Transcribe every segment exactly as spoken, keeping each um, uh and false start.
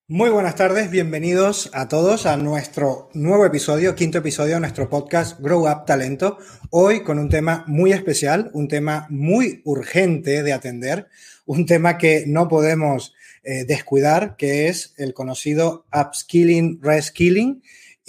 Muy buenas tardes, bienvenidos a todos a nuestro nuevo episodio, quinto episodio de nuestro podcast Grow Up Talento. Hoy con un tema muy especial, un tema muy urgente de atender, un tema que no podemos eh, descuidar, que es el conocido upskilling, reskilling,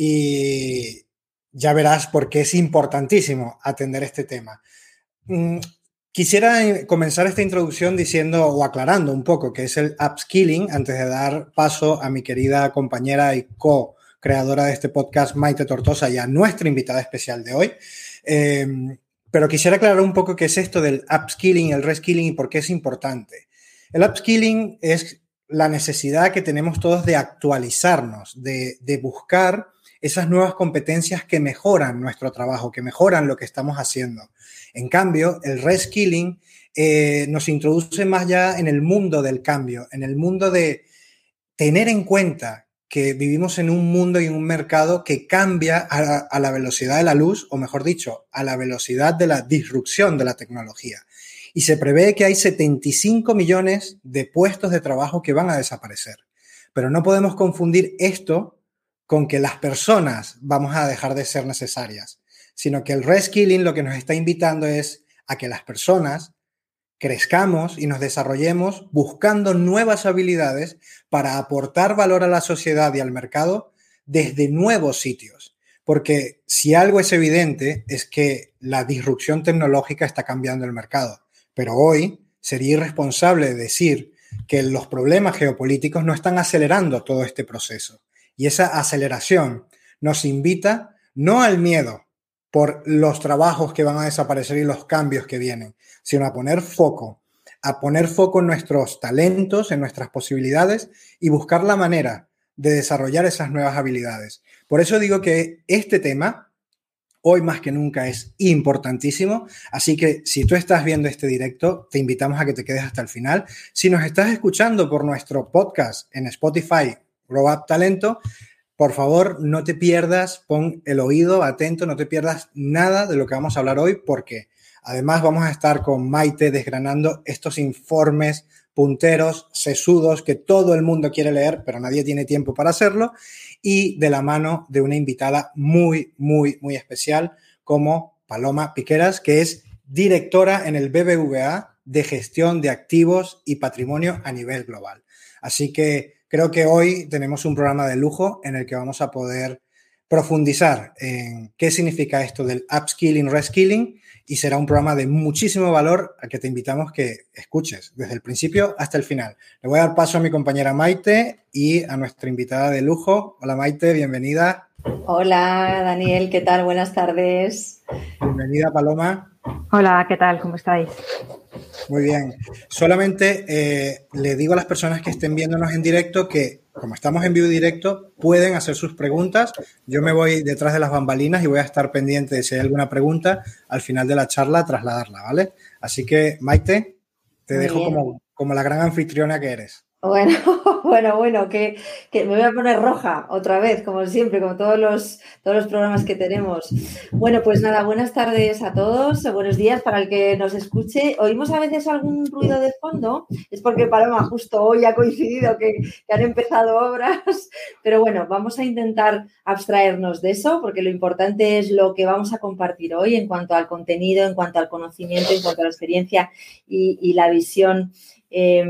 y ya verás por qué es importantísimo atender este tema. Mm, Quisiera comenzar esta introducción diciendo o aclarando un poco qué es el upskilling antes de dar paso a mi querida compañera y co-creadora de este podcast, Maite Tortosa, y a nuestra invitada especial de hoy. Eh, pero quisiera aclarar un poco qué es esto del upskilling, el reskilling y por qué es importante. El upskilling es la necesidad que tenemos todos de actualizarnos, de, de buscar esas nuevas competencias que mejoran nuestro trabajo, que mejoran lo que estamos haciendo. En cambio, el reskilling eh, nos introduce más ya en el mundo del cambio, en el mundo de tener en cuenta que vivimos en un mundo y en un mercado que cambia a, a la velocidad de la luz, o mejor dicho, a la velocidad de la disrupción de la tecnología. Y se prevé que hay setenta y cinco millones de puestos de trabajo que van a desaparecer. Pero no podemos confundir esto con que las personas vamos a dejar de ser necesarias, sino que el reskilling lo que nos está invitando es a que las personas crezcamos y nos desarrollemos buscando nuevas habilidades para aportar valor a la sociedad y al mercado desde nuevos sitios. Porque si algo es evidente es que la disrupción tecnológica está cambiando el mercado. Pero hoy sería irresponsable decir que los problemas geopolíticos no están acelerando todo este proceso. Y esa aceleración nos invita no al miedo por los trabajos que van a desaparecer y los cambios que vienen, sino a poner foco, a poner foco en nuestros talentos, en nuestras posibilidades y buscar la manera de desarrollar esas nuevas habilidades. Por eso digo que este tema, hoy más que nunca, es importantísimo. Así que si tú estás viendo este directo, te invitamos a que te quedes hasta el final. Si nos estás escuchando por nuestro podcast en Spotify, Grow Up Talento, por favor, no te pierdas, pon el oído atento, no te pierdas nada de lo que vamos a hablar hoy, porque además vamos a estar con Maite desgranando estos informes punteros, sesudos, que todo el mundo quiere leer, pero nadie tiene tiempo para hacerlo, y de la mano de una invitada muy, muy, muy especial como Paloma Piqueras, que es directora en el B B V A de Gestión de Activos y Patrimonio a nivel global. Así que creo que hoy tenemos un programa de lujo en el que vamos a poder profundizar en qué significa esto del upskilling, reskilling, y será un programa de muchísimo valor al que te invitamos que escuches desde el principio hasta el final. Le voy a dar paso a mi compañera Maite y a nuestra invitada de lujo. Hola Maite, bienvenida. Hola Daniel, ¿qué tal? Buenas tardes. Bienvenida Paloma. Hola, ¿qué tal? ¿Cómo estáis? Muy bien. Solamente eh, le digo a las personas que estén viéndonos en directo que, como estamos en vivo y directo, pueden hacer sus preguntas. Yo me voy detrás de las bambalinas y voy a estar pendiente de si hay alguna pregunta al final de la charla, trasladarla, ¿vale? Así que, Maite, te Muy dejo bien. como, como la gran anfitriona que eres. Bueno, bueno, bueno, que, que me voy a poner roja otra vez, como siempre, como todos los, todos los programas que tenemos. Bueno, pues nada, buenas tardes a todos, buenos días para el que nos escuche. ¿Oímos a veces algún ruido de fondo? Es porque Paloma justo hoy ha coincidido que, que han empezado obras, pero bueno, vamos a intentar abstraernos de eso, porque lo importante es lo que vamos a compartir hoy en cuanto al contenido, en cuanto al conocimiento, en cuanto a la experiencia y, y la visión Eh,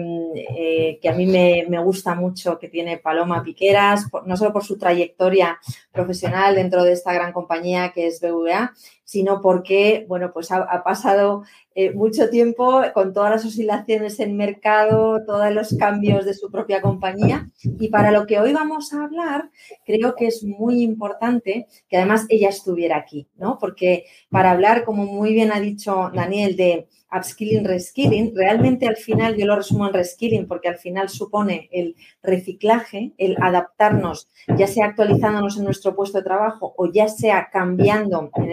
eh, que a mí me, me gusta mucho que tiene Paloma Piqueras, por, no solo por su trayectoria profesional dentro de esta gran compañía que es B B V A, sino porque, bueno, pues ha, ha pasado eh, mucho tiempo con todas las oscilaciones en mercado, todos los cambios de su propia compañía, y para lo que hoy vamos a hablar, creo que es muy importante que además ella estuviera aquí, ¿no? Porque para hablar, como muy bien ha dicho Daniel, de upskilling, reskilling, realmente al final yo lo resumo en reskilling porque al final supone el reciclaje, el adaptarnos, ya sea actualizándonos en nuestro puesto de trabajo o ya sea cambiando en ese puesto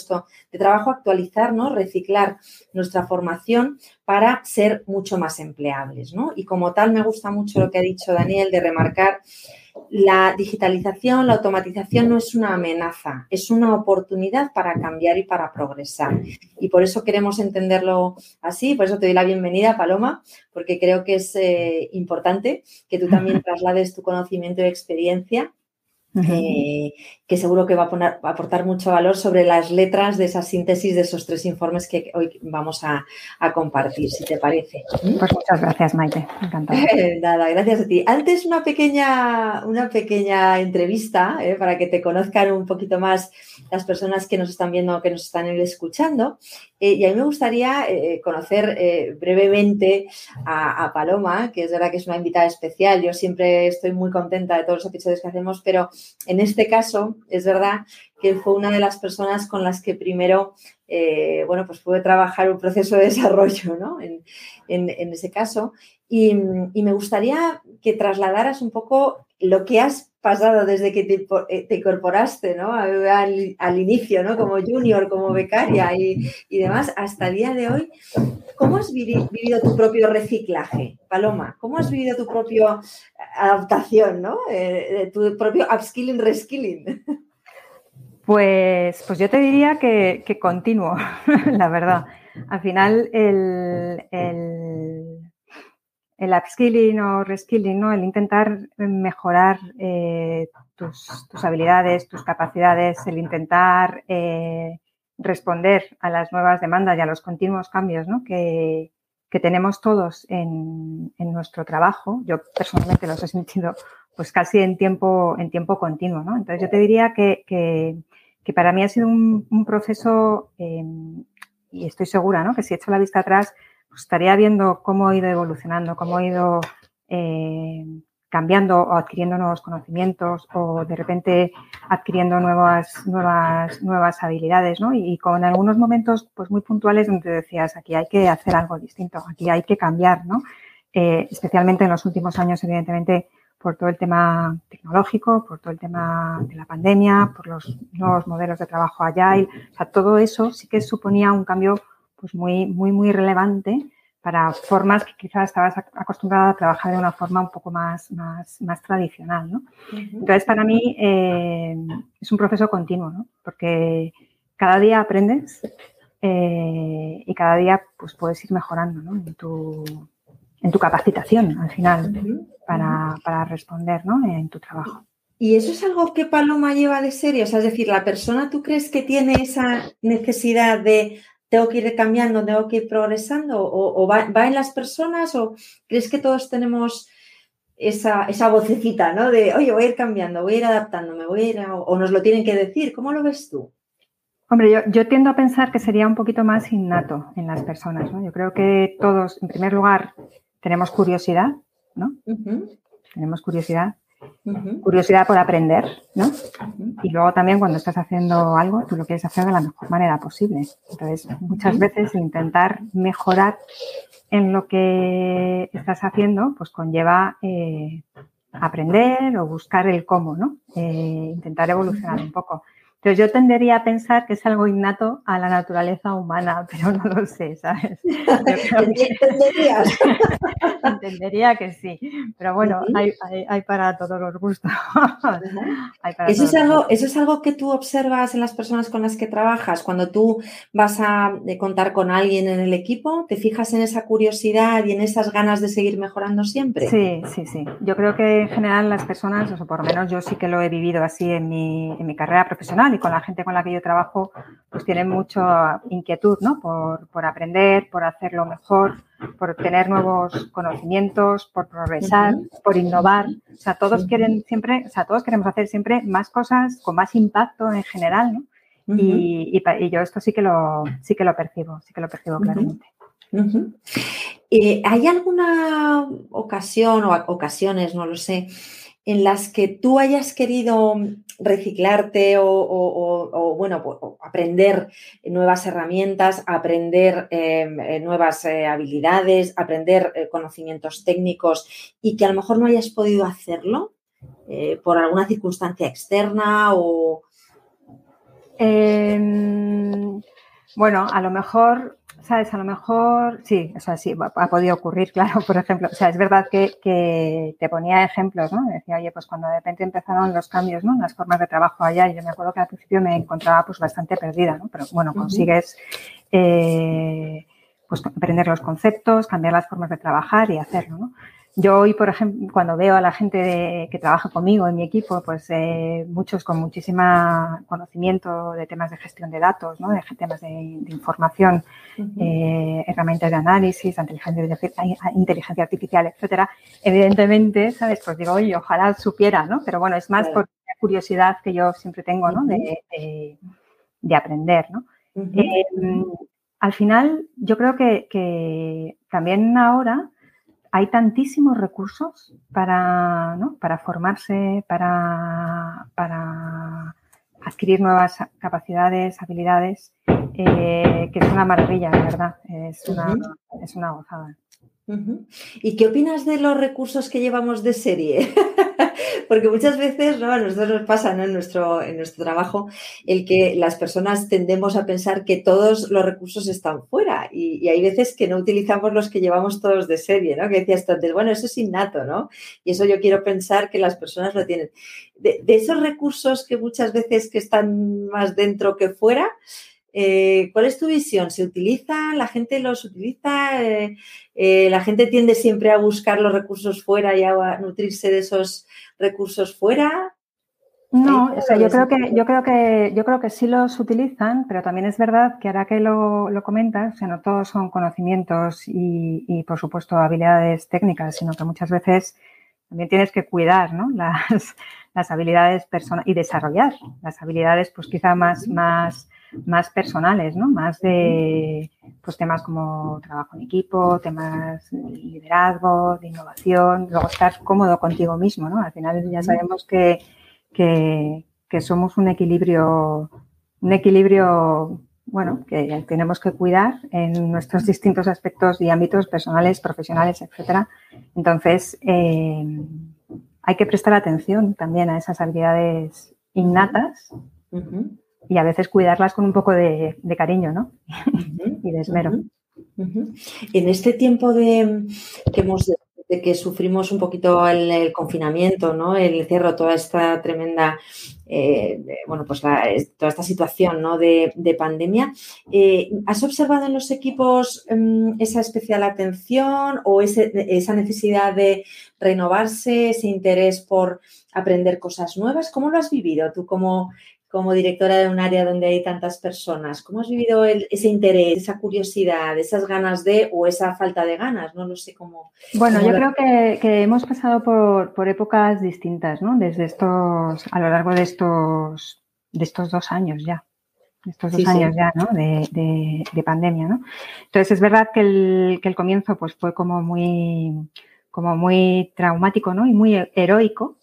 puesto de trabajo, actualizar, ¿no? Reciclar nuestra formación para ser mucho más empleables, ¿no? Y como tal me gusta mucho lo que ha dicho Daniel de remarcar la digitalización, la automatización no es una amenaza, es una oportunidad para cambiar y para progresar. Y por eso queremos entenderlo así, por eso te doy la bienvenida, Paloma, porque creo que es eh, importante que tú también traslades tu conocimiento y experiencia. Eh, que seguro que va a, poner, va a aportar mucho valor sobre las letras de esa síntesis de esos tres informes que hoy vamos a, a compartir, si te parece. Pues muchas gracias, Maite. Encantada. Nada, gracias a ti. Antes una pequeña, una pequeña entrevista eh, para que te conozcan un poquito más las personas que nos están viendo, que nos están escuchando. Eh, y a mí me gustaría eh, conocer eh, brevemente a, a Paloma, que es verdad que es una invitada especial. Yo siempre estoy muy contenta de todos los episodios que hacemos, pero en este caso es verdad que fue una de las personas con las que primero, eh, bueno, pues pude trabajar un proceso de desarrollo, ¿no? En, en, en ese caso. Y, y me gustaría que trasladaras un poco lo que has pasado desde que te, te incorporaste, ¿no? Al, al inicio, ¿no? Como junior, como becaria y, y demás, hasta el día de hoy. ¿Cómo has vivido, vivido tu propio reciclaje, Paloma? ¿Cómo has vivido tu propia adaptación, ¿no? Eh, tu propio upskilling, reskilling. Pues, pues yo te diría que, que continuo, la verdad. Al final, el, el, el upskilling o reskilling, ¿no? El intentar mejorar eh, tus, tus habilidades, tus capacidades, el intentar eh, responder a las nuevas demandas y a los continuos cambios, ¿no? que, que tenemos todos en, en nuestro trabajo. Yo personalmente los he sentido pues casi en tiempo, en tiempo continuo, ¿no? Entonces yo te diría que, que, que para mí ha sido un, un proceso eh, y estoy segura, ¿no? Que si echo la vista atrás pues estaría viendo cómo he ido evolucionando, cómo he ido eh, cambiando o adquiriendo nuevos conocimientos o de repente adquiriendo nuevas, nuevas, nuevas habilidades, ¿no? Y, y con algunos momentos pues muy puntuales donde decías, aquí hay que hacer algo distinto, aquí hay que cambiar, ¿no? Eh, especialmente en los últimos años, evidentemente, por todo el tema tecnológico, por todo el tema de la pandemia, por los nuevos modelos de trabajo agile. O sea, todo eso sí que suponía un cambio pues muy, muy, muy relevante para formas que quizás estabas acostumbrada a trabajar de una forma un poco más, más, más tradicional, ¿no? Uh-huh. Entonces, para mí eh, es un proceso continuo, ¿no? Porque cada día aprendes eh, y cada día pues puedes ir mejorando, ¿no? En tu, en tu capacitación, al final, uh-huh. para, para responder, ¿no? En tu trabajo. ¿Y eso es algo que Paloma lleva de serio? O sea, es decir, ¿la persona tú crees que tiene esa necesidad de tengo que ir cambiando, tengo que ir progresando? ¿O, o va, va en las personas? ¿O crees que todos tenemos esa, esa vocecita, ¿no? De, oye, voy a ir cambiando, voy a ir adaptándome, voy a ir a, o nos lo tienen que decir? ¿Cómo lo ves tú? Hombre, yo, yo tiendo a pensar que sería un poquito más innato en las personas, ¿no? Yo creo que todos, en primer lugar, tenemos curiosidad, ¿no? Uh-huh. Tenemos curiosidad. Uh-huh. Curiosidad por aprender, ¿no? Uh-huh. Y luego también cuando estás haciendo algo, tú lo quieres hacer de la mejor manera posible. Entonces, muchas veces intentar mejorar en lo que estás haciendo, pues conlleva eh, aprender o buscar el cómo, ¿no? Eh, intentar evolucionar un poco. Entonces, yo tendería a pensar que es algo innato a la naturaleza humana, pero no lo sé, ¿sabes? ¿Entenderías? Entendería que sí, pero bueno, uh-huh. hay, hay, hay para todos los gustos. Uh-huh. hay para eso, todos es algo, los ¿Eso es algo que tú observas en las personas con las que trabajas? Cuando tú vas a contar con alguien en el equipo, ¿te fijas en esa curiosidad y en esas ganas de seguir mejorando siempre? Sí, sí, sí. Yo creo que en general las personas, o por lo menos yo sí que lo he vivido así en mi, en mi carrera profesional y con la gente con la que yo trabajo, pues tienen mucha inquietud, ¿no? Por, por aprender, por hacerlo mejor, por tener nuevos conocimientos, por progresar, uh-huh. por innovar. O sea, todos uh-huh. quieren siempre, o sea, todos queremos hacer siempre más cosas con más impacto en general, ¿no? Uh-huh. Y, y, y yo esto sí que lo, sí que lo percibo, sí que lo percibo uh-huh. claramente. Uh-huh. Eh, ¿Hay alguna ocasión o ocasiones, no lo sé, en las que tú hayas querido reciclarte o, o, o, o bueno, o aprender nuevas herramientas, aprender eh, nuevas eh, habilidades, aprender eh, conocimientos técnicos y que a lo mejor no hayas podido hacerlo eh, por alguna circunstancia externa o... Eh, bueno, a lo mejor, ¿sabes? A lo mejor, sí, o sea, sí, ha podido ocurrir, claro, por ejemplo. O sea, es verdad que, que te ponía ejemplos, ¿no? Decía, oye, pues cuando de repente empezaron los cambios, ¿no? Las formas de trabajo allá, y yo me acuerdo que al principio me encontraba pues bastante perdida, ¿no? Pero bueno, consigues eh, pues aprender los conceptos, cambiar las formas de trabajar y hacerlo, ¿no? Yo hoy, por ejemplo, cuando veo a la gente de, que trabaja conmigo en mi equipo, pues eh, muchos con muchísimo conocimiento de temas de gestión de datos, ¿no? De temas de, de información, uh-huh. eh, herramientas de análisis, inteligencia, inteligencia artificial, etcétera. Evidentemente, ¿sabes? Pues digo, oye, ojalá supiera, ¿no? Pero bueno, es más claro. por la curiosidad que yo siempre tengo, ¿no? Uh-huh. de, de, de aprender, ¿no? Uh-huh. eh, al final, yo creo que, que también ahora hay tantísimos recursos para, ¿no? para formarse, para, para adquirir nuevas capacidades, habilidades, eh, que es una maravilla, de verdad. Es una, uh-huh. es una gozada. Uh-huh. ¿Y qué opinas de los recursos que llevamos de serie? Porque muchas veces, ¿no? A nosotros nos pasa, ¿no? en, nuestro, en nuestro trabajo el que las personas tendemos a pensar que todos los recursos están fuera y, y hay veces que no utilizamos los que llevamos todos de serie, ¿no? Que decías tú antes, bueno, eso es innato, ¿no? Y eso yo quiero pensar que las personas lo tienen. De, de esos recursos que muchas veces que están más dentro que fuera, Eh, ¿cuál es tu visión? ¿Se utilizan? ¿La gente los utiliza? Eh, eh, ¿La gente tiende siempre a buscar los recursos fuera y a nutrirse de esos recursos fuera? No, o sea, yo creo que yo creo que yo creo que sí los utilizan, pero también es verdad que ahora que lo, lo comentas, o sea, no todos son conocimientos y, y por supuesto habilidades técnicas, sino que muchas veces también tienes que cuidar, ¿no? Las, las habilidades personales y desarrollar las habilidades, pues quizá más más más personales, ¿no? Más de pues temas como trabajo en equipo, temas de liderazgo, de innovación, luego estar cómodo contigo mismo, ¿no? Al final ya sabemos que, que, que somos un equilibrio, un equilibrio, bueno, que tenemos que cuidar en nuestros distintos aspectos y ámbitos personales, profesionales, etcétera. Entonces, eh, hay que prestar atención también a esas habilidades innatas. Uh-huh. Y a veces cuidarlas con un poco de, de cariño, ¿no? Uh-huh, y de esmero. Uh-huh, uh-huh. En este tiempo de que hemos de que sufrimos un poquito el, el confinamiento, ¿no? El encierro, toda esta tremenda, eh, de, bueno, pues la, toda esta situación, ¿no? de, de pandemia. Eh, ¿Has observado en los equipos um, esa especial atención o ese, esa necesidad de renovarse, ese interés por aprender cosas nuevas? ¿Cómo lo has vivido tú como como directora de un área donde hay tantas personas? ¿Cómo has vivido el, ese interés, esa curiosidad, esas ganas de o esa falta de ganas? No lo sé cómo. Bueno, cómo yo lo... creo que, que hemos pasado por, por épocas distintas, ¿no? Desde estos, a lo largo de estos, de estos dos años ya. Estos dos sí, años sí. ya, ¿no? De, de, de pandemia, ¿no? Entonces, es verdad que el, que el comienzo pues fue como muy, como muy traumático, ¿no? Y muy heroico.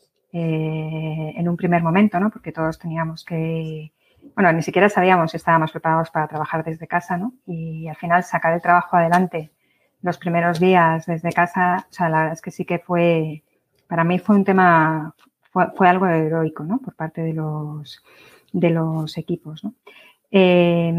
Eh, en un primer momento, ¿no? Porque todos teníamos que, bueno, ni siquiera sabíamos si estábamos preparados para trabajar desde casa, ¿no? Y al final sacar el trabajo adelante los primeros días desde casa, o sea, la verdad es que sí que fue, para mí fue un tema, fue, fue algo heroico, ¿no? Por parte de los, de los equipos, ¿no? Eh,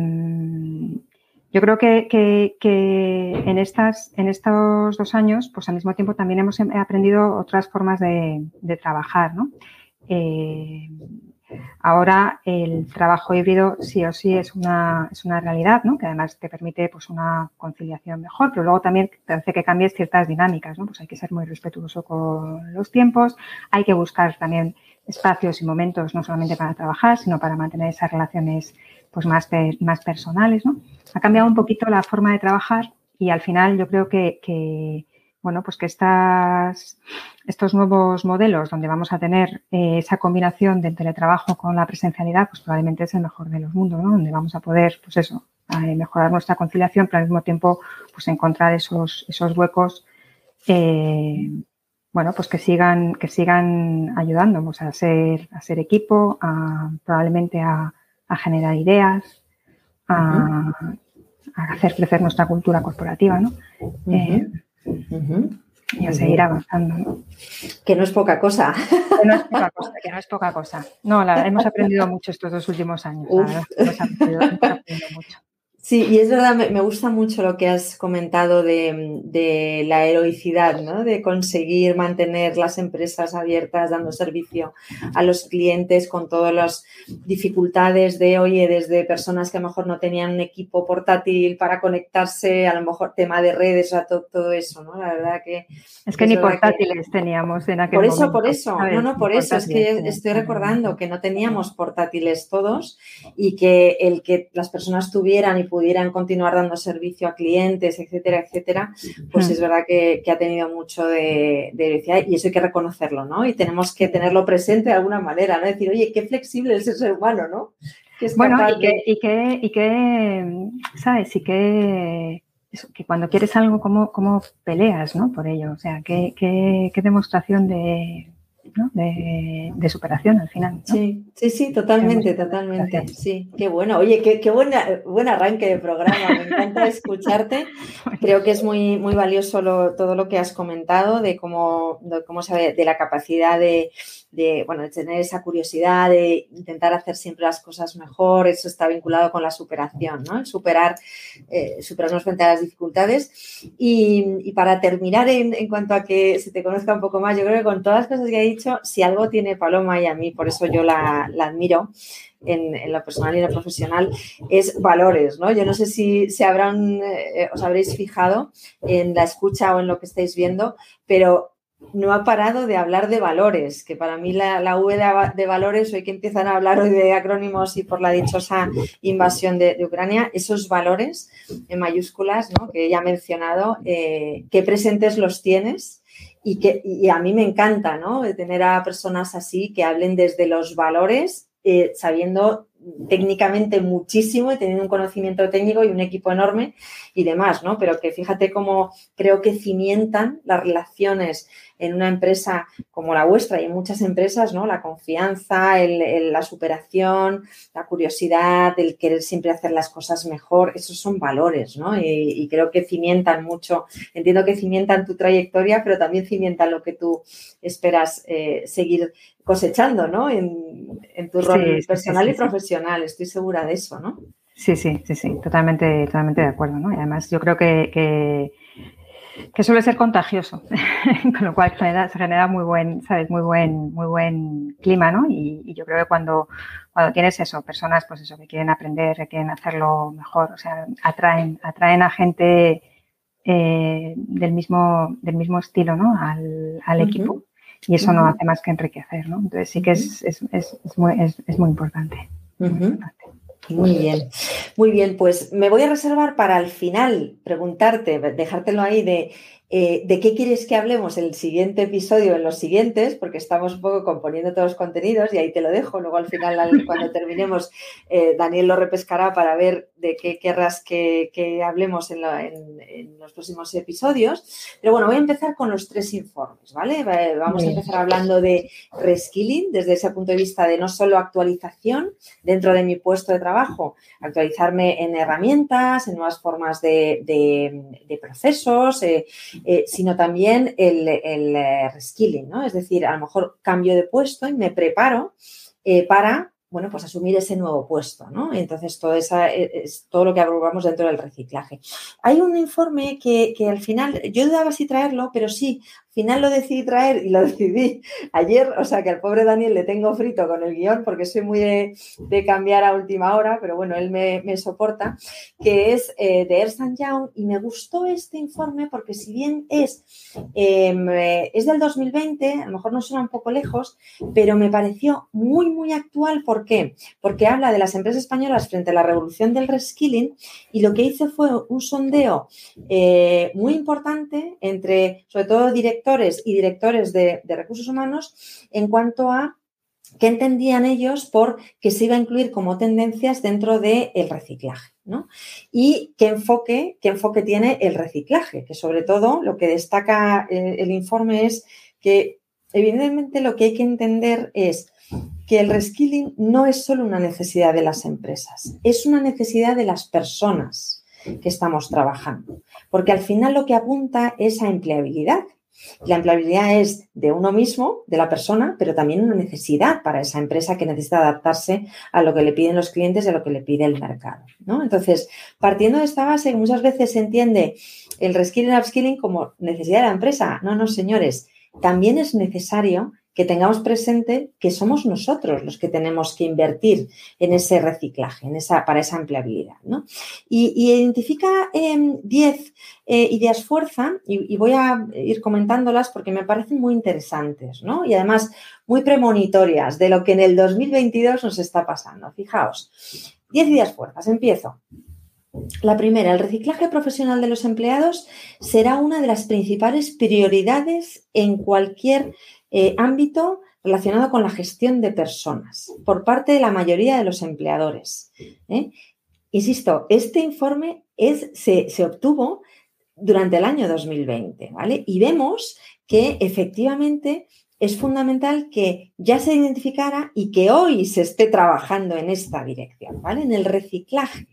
Yo creo que, que, que en, estas, en estos dos años, pues al mismo tiempo también hemos aprendido otras formas de, de trabajar, ¿no? Eh, ahora el trabajo híbrido sí o sí es una, es una realidad, ¿no? Que además te permite pues una conciliación mejor, pero luego también te hace que cambies ciertas dinámicas, ¿no? Pues hay que ser muy respetuoso con los tiempos, hay que buscar también espacios y momentos no solamente para trabajar, sino para mantener esas relaciones pues más, más personales, ¿no? Ha cambiado un poquito la forma de trabajar y al final yo creo que, que bueno, pues que estas, estos nuevos modelos donde vamos a tener eh, esa combinación del teletrabajo con la presencialidad, pues probablemente es el mejor de los mundos, ¿no? Donde vamos a poder, pues eso, eh, mejorar nuestra conciliación, pero al mismo tiempo, pues encontrar esos, esos huecos, eh, bueno, pues que sigan, que sigan ayudándonos a ser, a ser equipo, a, probablemente a, a generar ideas, a, uh-huh. a hacer crecer nuestra cultura corporativa, ¿no? Uh-huh. Eh, uh-huh. y a seguir avanzando, ¿no? Que no es poca cosa. Que no es poca cosa, que no es poca cosa. No, la, hemos aprendido mucho estos dos últimos años, la verdad. Hemos aprendido, hemos aprendido mucho. Sí, y es verdad, me, me gusta mucho lo que has comentado de, de la heroicidad, ¿no? De conseguir mantener las empresas abiertas, dando servicio a los clientes con todas las dificultades de, oye, desde personas que a lo mejor no tenían un equipo portátil para conectarse, a lo mejor tema de redes, o sea, todo, todo eso, ¿no? La verdad que... Es que es ni portátiles que... teníamos en aquel Por eso, momento. por eso, ¿sabes? no, no, por Ni eso, es que sí. estoy recordando que no teníamos portátiles todos y que el que las personas tuvieran y pudieran continuar dando servicio a clientes, etcétera, etcétera, pues Hmm. es verdad que, que ha tenido mucho de, de heroicidad y eso hay que reconocerlo, ¿no? Y tenemos que tenerlo presente de alguna manera, ¿no? Decir, oye, qué flexible es el ser humano, ¿no? Que es bueno, capaz y que, de... y que, y que, ¿sabes? Y que, eso, que cuando quieres algo, ¿cómo, cómo peleas, ¿no? Por ello, o sea, qué, qué, qué demostración de... ¿no? De, de superación al final, ¿no? Sí, sí, sí, totalmente, totalmente. Sí, qué bueno. Oye, qué, qué buena, buen arranque de programa. Me encanta escucharte. Creo que es muy, muy valioso lo, todo lo que has comentado de cómo, de cómo sabe, de la capacidad de, de, bueno, de tener esa curiosidad, de intentar hacer siempre las cosas mejor. Eso está vinculado con la superación, ¿no? El superar, eh, superarnos frente a las dificultades. Y, y para terminar, en, en cuanto a que se te conozca un poco más, yo creo que con todas las cosas que he dicho, si algo tiene Paloma y a mí, por eso yo la, la admiro en, en lo personal y en lo profesional, es valores, ¿no? Yo no sé si se habrán, eh, os habréis fijado en la escucha o en lo que estáis viendo, pero no ha parado de hablar de valores, que para mí la, la V de, de valores, hoy que empiezan a hablar hoy de acrónimos y por la dichosa invasión de, de Ucrania, esos valores en mayúsculas, ¿no? Que ya he mencionado, eh, ¿qué presentes los tienes? Y, que, y a mí me encanta, ¿no? De tener a personas así que hablen desde los valores, eh, sabiendo técnicamente muchísimo y teniendo un conocimiento técnico y un equipo enorme y demás, ¿no? Pero que fíjate cómo creo que cimientan las relaciones en una empresa como la vuestra y en muchas empresas, ¿no? La confianza, el, el, la superación, la curiosidad, el querer siempre hacer las cosas mejor, esos son valores, ¿no? Y, y creo que cimientan mucho, entiendo que cimientan tu trayectoria, pero también cimientan lo que tú esperas eh, seguir cosechando, ¿no? En, en tu rol sí, sí, personal sí, sí, y profesional, estoy segura de eso, ¿no? Sí, sí, sí, sí, totalmente, totalmente de acuerdo, ¿no? Y además yo creo que, que, que suele ser contagioso, con lo cual genera, se genera muy buen, ¿sabes? Muy buen, muy buen clima, ¿no? Y, y yo creo que cuando, cuando tienes eso, personas, pues eso, que quieren aprender, que quieren hacerlo mejor, o sea, atraen, atraen a gente eh, del mismo, del mismo estilo, ¿no? Al, al uh-huh. equipo. Y eso uh-huh. no hace más que enriquecer, ¿no? Entonces sí que uh-huh. es, es, es, es, muy, es, es muy importante. Uh-huh. Muy importante. Muy bien, muy bien, pues me voy a reservar para al final preguntarte, dejártelo ahí de, eh, de qué quieres que hablemos en el siguiente episodio, en los siguientes, porque estamos un poco componiendo todos los contenidos y ahí te lo dejo, luego al final al, cuando terminemos eh, Daniel lo repescará para ver de qué querrás que, que hablemos en, la, en, en los próximos episodios, pero bueno, voy a empezar con los tres informes, ¿vale? Vamos a empezar hablando de reskilling desde ese punto de vista de no solo actualización dentro de mi puesto de trabajo, actualizarme en herramientas, en nuevas formas de, de, de procesos, eh, eh, sino también el, el reskilling, ¿no? Es decir, a lo mejor cambio de puesto y me preparo eh, para, bueno, pues asumir ese nuevo puesto, ¿no? Entonces, todo esa, es todo lo que aprobamos dentro del reciclaje. Hay un informe que, que al final, yo dudaba si traerlo, pero sí, al final lo decidí traer y lo decidí ayer, o sea que al pobre Daniel le tengo frito con el guión porque soy muy de, de cambiar a última hora, pero bueno, él me, me soporta, que es eh, de Ernst and Young y me gustó este informe porque si bien es, eh, es del dos mil veinte, a lo mejor nos suena un poco lejos, pero me pareció muy, muy actual. ¿Por qué? Porque habla de las empresas españolas frente a la revolución del reskilling y lo que hice fue un sondeo eh, muy importante entre, sobre todo, directores y directores de, de recursos humanos en cuanto a qué entendían ellos por que se iba a incluir como tendencias dentro del reciclaje, ¿no? Y qué enfoque, qué enfoque tiene el reciclaje, que sobre todo lo que destaca el, el informe es que evidentemente lo que hay que entender es que el reskilling no es solo una necesidad de las empresas, es una necesidad de las personas que estamos trabajando, porque al final lo que apunta es a empleabilidad. La empleabilidad es de uno mismo, de la persona, pero también una necesidad para esa empresa que necesita adaptarse a lo que le piden los clientes y a lo que le pide el mercado, ¿no? Entonces, partiendo de esta base, muchas veces se entiende el reskilling y upskilling como necesidad de la empresa. No, no, señores, también es necesario que tengamos presente que somos nosotros los que tenemos que invertir en ese reciclaje, en esa, para esa empleabilidad, ¿no? Y, y identifica diez eh, eh, ideas fuerza y, y voy a ir comentándolas porque me parecen muy interesantes, ¿no? Y además muy premonitorias de lo que en el dos mil veintidós nos está pasando. Fijaos, diez ideas fuerzas. Empiezo. La primera, el reciclaje profesional de los empleados será una de las principales prioridades en cualquier eh, ámbito relacionado con la gestión de personas por parte de la mayoría de los empleadores. ¿eh? Insisto, este informe es, se, se obtuvo durante el año dos mil veinte, ¿vale? Y vemos que efectivamente es fundamental que ya se identificara y que hoy se esté trabajando en esta dirección, ¿vale? En el reciclaje.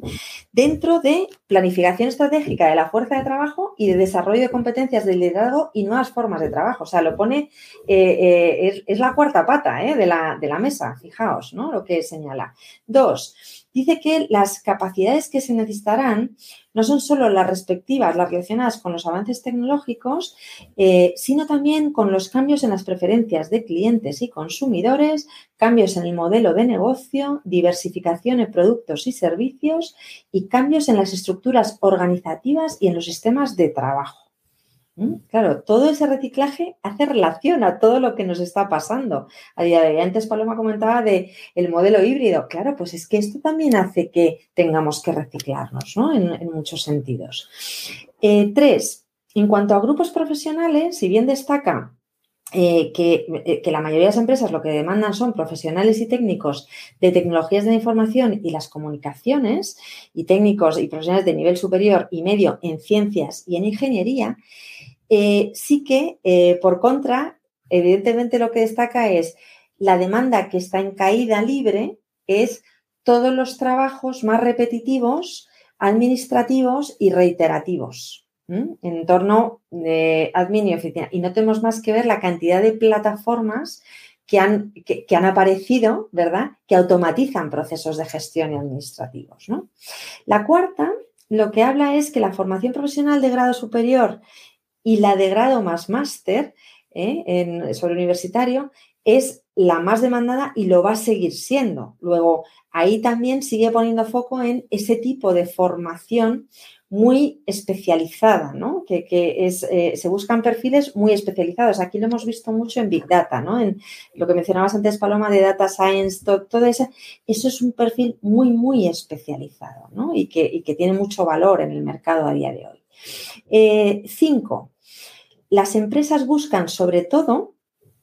Dentro de planificación estratégica de la fuerza de trabajo y de desarrollo de competencias de liderazgo y nuevas formas de trabajo. O sea, lo pone, eh, eh, es, es la cuarta pata eh, de, la, de la mesa, fijaos, ¿no? Lo que señala. Dos, dice que las capacidades que se necesitarán no son solo las respectivas, las relacionadas con los avances tecnológicos, eh, sino también con los cambios en las preferencias de clientes y consumidores, cambios en el modelo de negocio, diversificación en productos y servicios y cambios en las estructuras organizativas y en los sistemas de trabajo. ¿Mm? Claro, todo ese reciclaje hace relación a todo lo que nos está pasando. A día de hoy, antes Paloma comentaba de el modelo híbrido. Claro, pues es que esto también hace que tengamos que reciclarnos, ¿no? En, en muchos sentidos. Eh, tres, en cuanto a grupos profesionales, si bien destaca Eh, que, eh, que la mayoría de las empresas lo que demandan son profesionales y técnicos de tecnologías de la información y las comunicaciones y técnicos y profesionales de nivel superior y medio en ciencias y en ingeniería, eh, sí que, eh, por contra, evidentemente lo que destaca es la demanda que está en caída libre es todos los trabajos más repetitivos, administrativos y reiterativos. ¿Mm? En entorno de admin y oficina. Y no tenemos más que ver la cantidad de plataformas que han, que, que han aparecido, ¿verdad?, que automatizan procesos de gestión y administrativos, ¿no? La cuarta, lo que habla es que la formación profesional de grado superior y la de grado más máster ¿eh? en, sobre universitario es la más demandada y lo va a seguir siendo. Luego, ahí también sigue poniendo foco en ese tipo de formación muy especializada, ¿no? Que, que es, eh, se buscan perfiles muy especializados. Aquí lo hemos visto mucho en Big Data, ¿no? En lo que mencionabas antes, Paloma, de Data Science, todo, todo eso, eso es un perfil muy, muy especializado, ¿no? Y que, y que tiene mucho valor en el mercado a día de hoy. Eh, cinco, las empresas buscan sobre todo,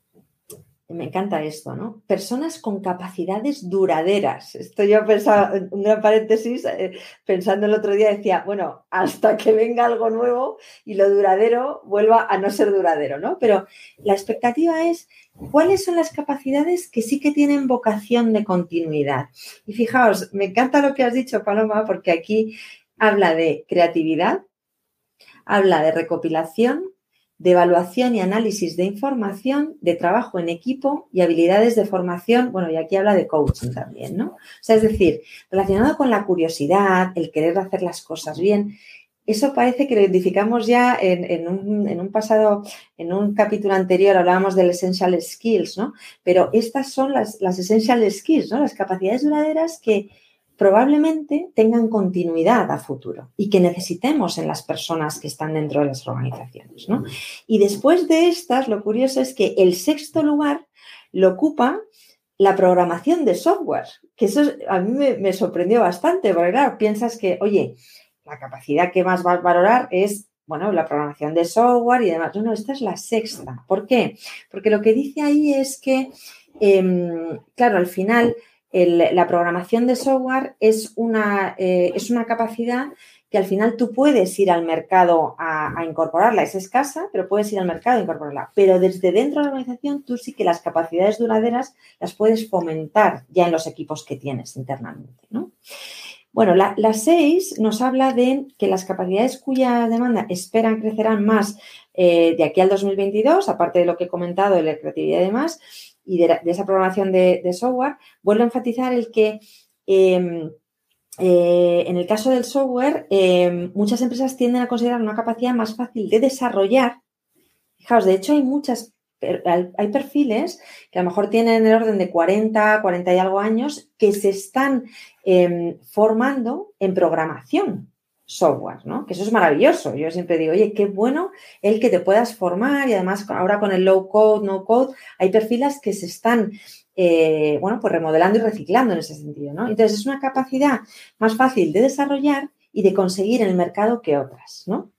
me encanta esto, ¿no? Personas con capacidades duraderas. Esto yo pensaba, un gran paréntesis, eh, pensando el otro día, decía, bueno, hasta que venga algo nuevo y lo duradero vuelva a no ser duradero, ¿no? Pero la expectativa es, ¿cuáles son las capacidades que sí que tienen vocación de continuidad? Y fijaos, me encanta lo que has dicho, Paloma, porque aquí habla de creatividad, habla de recopilación, de evaluación y análisis de información, de trabajo en equipo y habilidades de formación, bueno, y aquí habla de coaching también, ¿no? O sea, es decir, relacionado con la curiosidad, el querer hacer las cosas bien, eso parece que lo identificamos ya en, en, un, en un pasado, en un capítulo anterior hablábamos del essential skills, ¿no? Pero estas son las, las essential skills, ¿no? Las capacidades duraderas que probablemente tengan continuidad a futuro y que necesitemos en las personas que están dentro de las organizaciones, ¿no? Y después de estas, lo curioso es que el sexto lugar lo ocupa la programación de software, que eso a mí me, me sorprendió bastante, porque claro, piensas que, oye, la capacidad que más va a valorar es, bueno, la programación de software y demás. No, no, esta es la sexta. ¿Por qué? Porque lo que dice ahí es que, eh, claro, al final el, la programación de software es una, eh, es una capacidad que al final tú puedes ir al mercado a, a incorporarla. Es escasa, pero puedes ir al mercado a incorporarla. Pero desde dentro de la organización tú sí que las capacidades duraderas las puedes fomentar ya en los equipos que tienes internamente, ¿no? Bueno, la, la seis nos habla de que las capacidades cuya demanda esperan crecerán más eh, de aquí al dos mil veintidós, aparte de lo que he comentado de la creatividad y demás, y de, de esa programación de, de software, vuelvo a enfatizar el que eh, eh, en el caso del software, eh, muchas empresas tienden a considerar una capacidad más fácil de desarrollar. Fijaos, de hecho hay muchas, hay perfiles que a lo mejor tienen el orden de cuarenta, cuarenta y algo años que se están eh, formando en programación software, ¿no? Que eso es maravilloso. Yo siempre digo, oye, qué bueno el que te puedas formar y además ahora con el low code, no code, hay perfiles que se están, eh, bueno, pues remodelando y reciclando en ese sentido, ¿no? Entonces es una capacidad más fácil de desarrollar y de conseguir en el mercado que otras, ¿no?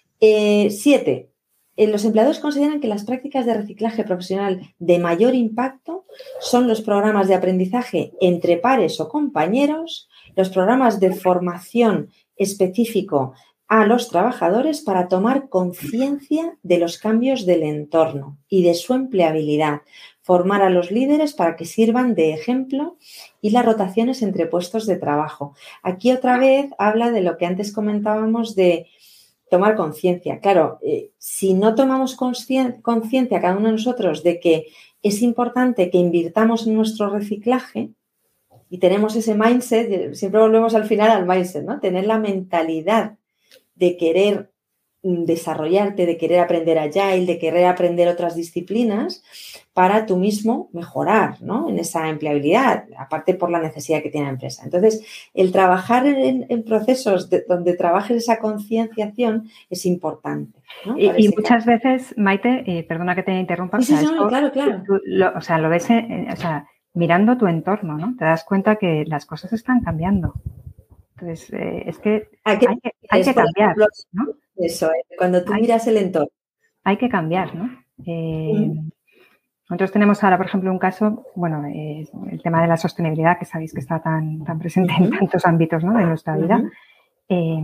Eh, siete, eh, los empleadores consideran que las prácticas de reciclaje profesional de mayor impacto son los programas de aprendizaje entre pares o compañeros, los programas de formación específico a los trabajadores para tomar conciencia de los cambios del entorno y de su empleabilidad, formar a los líderes para que sirvan de ejemplo y las rotaciones entre puestos de trabajo. Aquí otra vez habla de lo que antes comentábamos de tomar conciencia. Claro, eh, si no tomamos conciencia cada uno de nosotros de que es importante que invirtamos en nuestro reciclaje, y tenemos ese mindset, siempre volvemos al final al mindset, ¿no? Tener la mentalidad de querer desarrollarte, de querer aprender Agile, de querer aprender otras disciplinas para tú mismo mejorar, ¿no? En esa empleabilidad, aparte por la necesidad que tiene la empresa. Entonces, el trabajar en, en procesos de, donde trabajes esa concienciación es importante, ¿no? Y, y muchas caso. veces, Maite, eh, perdona que te interrumpa, sí, o sea, sí, no, claro, claro. Tú, lo, o sea, lo ves, eh, o sea, mirando tu entorno, ¿no? Te das cuenta que las cosas están cambiando. Entonces, eh, es que hay que, hay que, hay que cambiar, ejemplo, ¿no? Eso, eh, cuando tú hay, miras el entorno. Hay que cambiar, ¿no? Eh, mm. Nosotros tenemos ahora, por ejemplo, un caso, bueno, eh, el tema de la sostenibilidad, que sabéis que está tan, tan presente uh-huh. en tantos ámbitos, ¿no? De nuestra vida. Uh-huh. Eh,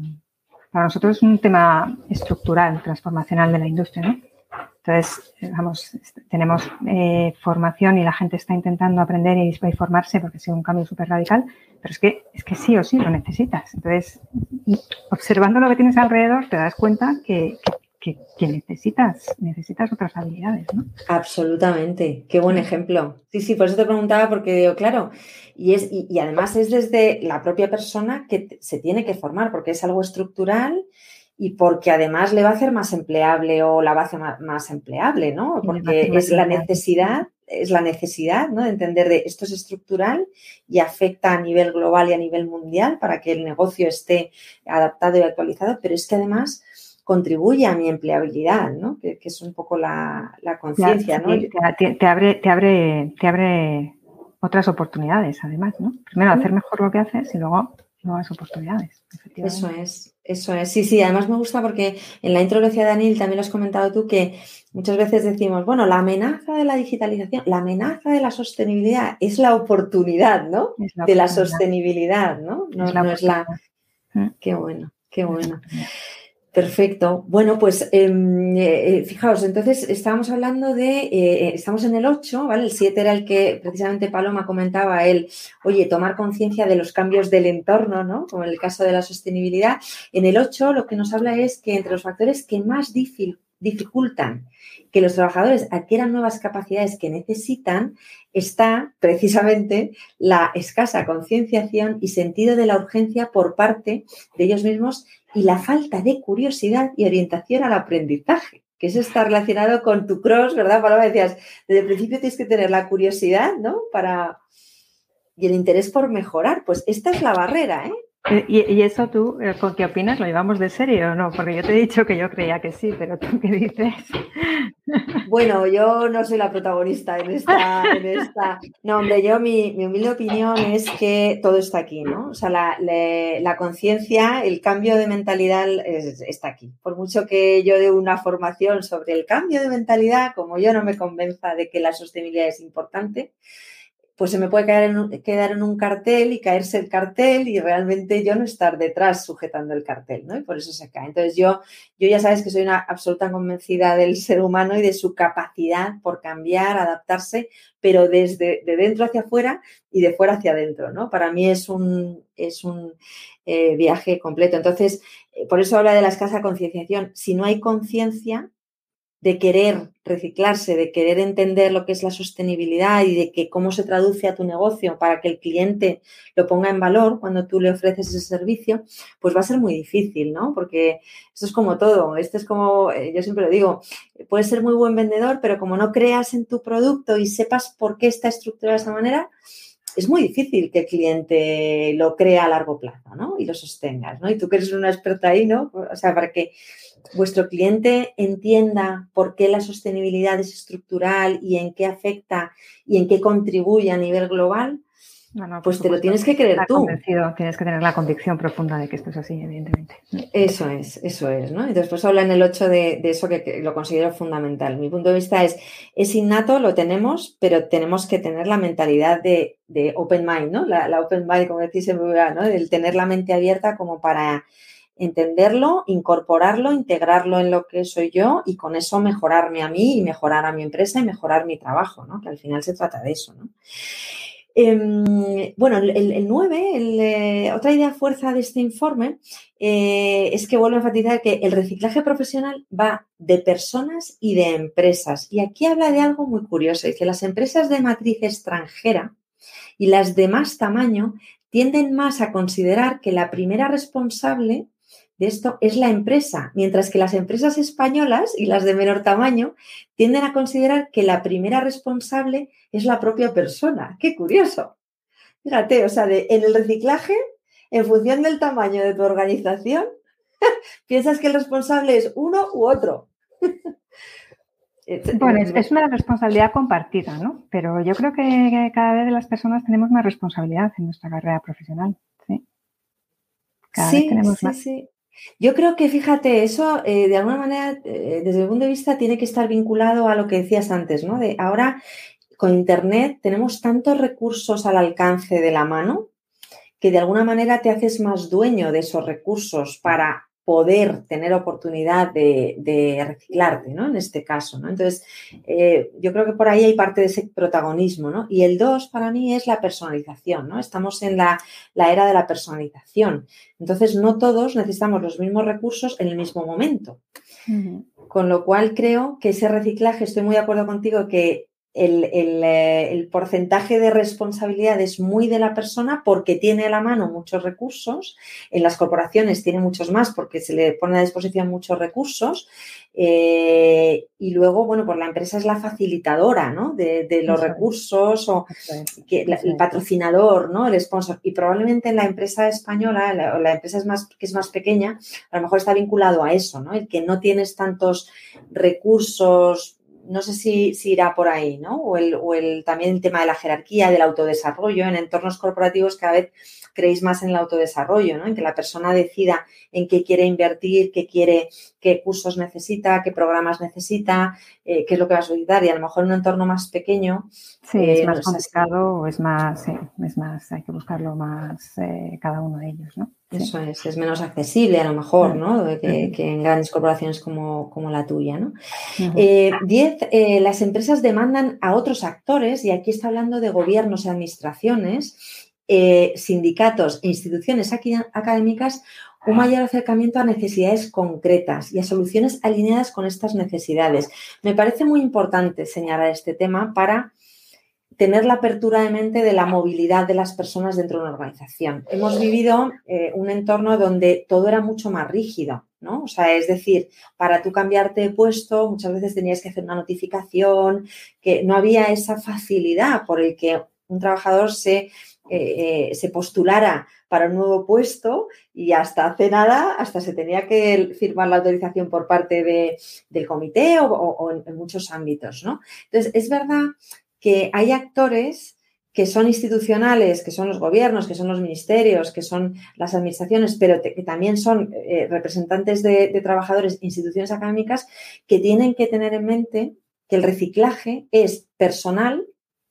para nosotros es un tema estructural, transformacional de la industria, ¿no? Entonces, vamos, tenemos eh, formación y la gente está intentando aprender y, y formarse porque ha sido un cambio súper radical, pero es que, es que sí o sí lo necesitas. Entonces, observando lo que tienes alrededor, te das cuenta que, que, que necesitas, necesitas otras habilidades, ¿no? Absolutamente. Qué buen ejemplo. Sí, sí, por eso te preguntaba, porque digo, claro, y, es, y, y además es desde la propia persona que se tiene que formar, porque es algo estructural y porque además le va a hacer más empleable o la va a hacer más, más empleable, ¿no? Porque es la necesidad, es la necesidad, ¿no? De entender de esto es estructural y afecta a nivel global y a nivel mundial para que el negocio esté adaptado y actualizado, pero es que además contribuye a mi empleabilidad, ¿no? Que, que es un poco la, la conciencia, ¿no? Sí, te, te, abre, te, abre, te abre otras oportunidades, además, ¿no? Primero, hacer mejor lo que haces y luego nuevas oportunidades. Eso es, eso es. Sí, sí, además me gusta porque en la intro lo decía Daniel, también lo has comentado tú, que muchas veces decimos, bueno, la amenaza de la digitalización, la amenaza de la sostenibilidad es la oportunidad, ¿no? Es la de oportunidad. la sostenibilidad, ¿no? No es la. No es la... Qué bueno, qué bueno. Perfecto. Bueno, pues eh, eh, fijaos, entonces estábamos hablando de, eh, estamos en el ocho, ¿vale? El siete era el que precisamente Paloma comentaba, el, oye, tomar conciencia de los cambios del entorno, ¿no? Como en el caso de la sostenibilidad. En el ocho lo que nos habla es que entre los factores que más difícil dificultan que los trabajadores adquieran nuevas capacidades que necesitan está precisamente la escasa concienciación y sentido de la urgencia por parte de ellos mismos y la falta de curiosidad y orientación al aprendizaje, que eso está relacionado con tu cross, ¿verdad, Paloma? Decías, desde el principio tienes que tener la curiosidad, ¿no? Para... y el interés por mejorar. Pues esta es la barrera, ¿eh? ¿Y, y eso tú, con qué opinas? ¿Lo llevamos de serio o no? Porque yo te he dicho que yo creía que sí, pero ¿tú qué dices? Bueno, yo no soy la protagonista en esta... En esta... No, hombre, yo mi, mi humilde opinión es que todo está aquí, ¿no? O sea, la, la, la conciencia, el cambio de mentalidad es, está aquí. Por mucho que yo dé una formación sobre el cambio de mentalidad, como yo no me convenza de que la sostenibilidad es importante, pues se me puede quedar en, un, quedar en un cartel y caerse el cartel y realmente yo no estar detrás sujetando el cartel, ¿no? Y por eso se cae. Entonces yo, yo ya sabes que soy una absoluta convencida del ser humano y de su capacidad por cambiar, adaptarse, pero desde de dentro hacia afuera y de fuera hacia adentro, ¿no? Para mí es un, es un eh, viaje completo. Entonces, eh, por eso habla de la escasa concienciación. Si no hay conciencia de querer reciclarse, de querer entender lo que es la sostenibilidad y de que cómo se traduce a tu negocio para que el cliente lo ponga en valor cuando tú le ofreces ese servicio, pues va a ser muy difícil, ¿no? Porque esto es como todo. Esto es como, yo siempre lo digo, puedes ser muy buen vendedor, pero como no creas en tu producto y sepas por qué está estructurado de esa manera, es muy difícil que el cliente lo crea a largo plazo, ¿no? Y lo sostengas, ¿no? Y tú que eres una experta ahí, ¿no? O sea, para que vuestro cliente entienda por qué la sostenibilidad es estructural y en qué afecta y en qué contribuye a nivel global, no, no, pues te lo tienes que creer tú. Convencido, tienes que tener la convicción profunda de que esto es así, evidentemente. Eso es, eso es, ¿no? Entonces, pues habla en el ocho de, de eso que, que lo considero fundamental. Mi punto de vista es, es innato, lo tenemos, pero tenemos que tener la mentalidad de, de open mind, ¿no? La, la open mind, como decís en V B A, ¿no? El tener la mente abierta como para entenderlo, incorporarlo, integrarlo en lo que soy yo y con eso mejorarme a mí y mejorar a mi empresa y mejorar mi trabajo, ¿no? Que al final se trata de eso, ¿no? Eh, bueno, el, el nueve, el, eh, otra idea fuerza de este informe eh, es que vuelvo a enfatizar que el reciclaje profesional va de personas y de empresas. Y aquí habla de algo muy curioso. Dice, las empresas de matriz extranjera y las de más tamaño tienden más a considerar que la primera responsable de esto es la empresa, mientras que las empresas españolas y las de menor tamaño tienden a considerar que la primera responsable es la propia persona. ¡Qué curioso! Fíjate, o sea, de, en el reciclaje, en función del tamaño de tu organización, piensas que el responsable es uno u otro. Bueno, es, es una responsabilidad compartida, ¿no? Pero yo creo que cada vez las personas tenemos más responsabilidad en nuestra carrera profesional, ¿sí? Cada sí, vez tenemos sí, más. Sí. Yo creo que, fíjate, eso eh, de alguna manera, eh, desde mi punto de vista, tiene que estar vinculado a lo que decías antes, ¿no? De ahora, con Internet, tenemos tantos recursos al alcance de la mano que de alguna manera te haces más dueño de esos recursos para poder tener oportunidad de, de reciclarte, ¿no? En este caso, ¿no? Entonces, eh, yo creo que por ahí hay parte de ese protagonismo, ¿no? Y el dos para mí es la personalización, ¿no? Estamos en la, la era de la personalización. Entonces, no todos necesitamos los mismos recursos en el mismo momento. Uh-huh. Con lo cual, creo que ese reciclaje, estoy muy de acuerdo contigo que El, el, el porcentaje de responsabilidad es muy de la persona porque tiene a la mano muchos recursos. En las corporaciones tiene muchos más porque se le pone a disposición muchos recursos. Eh, y luego, bueno, pues la empresa es la facilitadora, ¿no? de, de los Eso recursos es. o es. que, la, el patrocinador, ¿no? El sponsor. Y probablemente en la empresa española, la, la empresa es más, que es más pequeña, a lo mejor está vinculado a eso, ¿no? El que no tienes tantos recursos. No sé si, si irá por ahí, ¿no? O, el, o el, también el tema de la jerarquía, del autodesarrollo. En entornos corporativos cada vez creéis más en el autodesarrollo, ¿no? En que la persona decida en qué quiere invertir, qué quiere, qué cursos necesita, qué programas necesita, eh, qué es lo que va a solicitar. Y a lo mejor en un entorno más pequeño... Sí, eh, es más no complicado o es más, sí, es más, hay que buscarlo más eh, cada uno de ellos, ¿no? Eso sí. es, es menos accesible a lo mejor, ¿no? Que, uh-huh. que en grandes corporaciones como, como la tuya, ¿no? Uh-huh. eh, diez, eh, las empresas demandan a otros actores, y aquí está hablando de gobiernos y administraciones, eh, sindicatos e instituciones académicas, un mayor acercamiento a necesidades concretas y a soluciones alineadas con estas necesidades. Me parece muy importante señalar este tema para tener la apertura de mente de la movilidad de las personas dentro de una organización. Hemos vivido eh, un entorno donde todo era mucho más rígido, ¿no? O sea, es decir, para tú cambiarte de puesto, muchas veces tenías que hacer una notificación, que no había esa facilidad por el que un trabajador se, eh, eh, se postulara para un nuevo puesto y hasta hace nada, hasta se tenía que firmar la autorización por parte de, del comité o, o, o en, en muchos ámbitos, ¿no? Entonces, es verdad que hay actores que son institucionales, que son los gobiernos, que son los ministerios, que son las administraciones, pero te, que también son eh, representantes de, de trabajadores, instituciones académicas, que tienen que tener en mente que el reciclaje es personal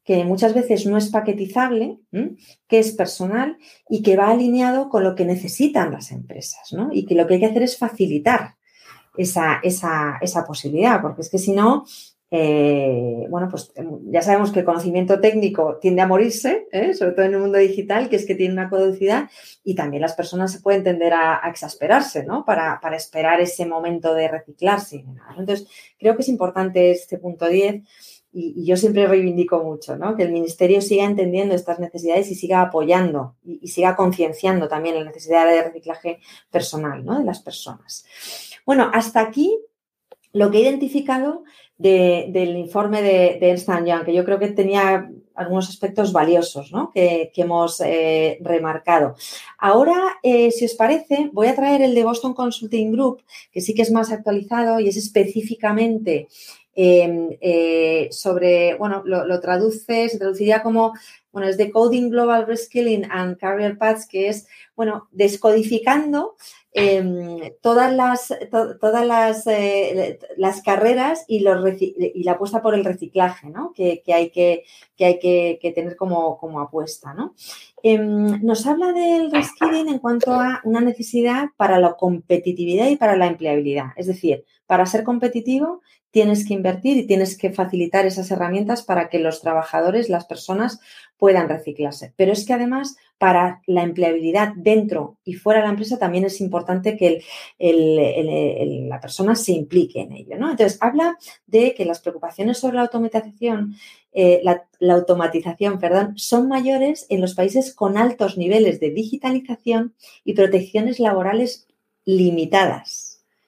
que muchas veces no es paquetizable, ¿m? que es personal y que va alineado con lo que necesitan las empresas, ¿no? Y que lo que hay que hacer es facilitar esa, esa, esa posibilidad, porque es que si no, eh, bueno, pues ya sabemos que el conocimiento técnico tiende a morirse, ¿eh? Sobre todo en el mundo digital, que es que tiene una caducidad, y también las personas se pueden tender a, a exasperarse, ¿no? Para, para esperar ese momento de reciclarse. Entonces, creo que es importante este punto diez. Y yo siempre reivindico mucho, ¿no? Que el Ministerio siga entendiendo estas necesidades y siga apoyando y, y siga concienciando también la necesidad de reciclaje personal, ¿no? De las personas. Bueno, hasta aquí lo que he identificado de, del informe de, de Ernst and Young, que yo creo que tenía algunos aspectos valiosos, ¿no? que, que hemos eh, remarcado. Ahora, eh, si os parece, voy a traer el de Boston Consulting Group, que sí que es más actualizado y es específicamente Eh, eh, sobre, bueno, lo, lo traduce, se traduciría como, bueno, es Decoding Global Reskilling and Career Paths, que es, bueno, descodificando eh, todas las, to, todas las, eh, las carreras y, los, y la apuesta por el reciclaje, ¿no? Que, que hay, que, que, hay que, que tener como, como apuesta, ¿no? Eh, nos habla del reskilling en cuanto a una necesidad para la competitividad y para la empleabilidad. Es decir, para ser competitivo tienes que invertir y tienes que facilitar esas herramientas para que los trabajadores, las personas, puedan reciclarse. Pero es que además, para la empleabilidad dentro y fuera de la empresa también es importante que el, el, el, el, la persona se implique en ello, ¿no? Entonces, habla de que las preocupaciones sobre la automatización, eh, la, la automatización, perdón, son mayores en los países con altos niveles de digitalización y protecciones laborales limitadas.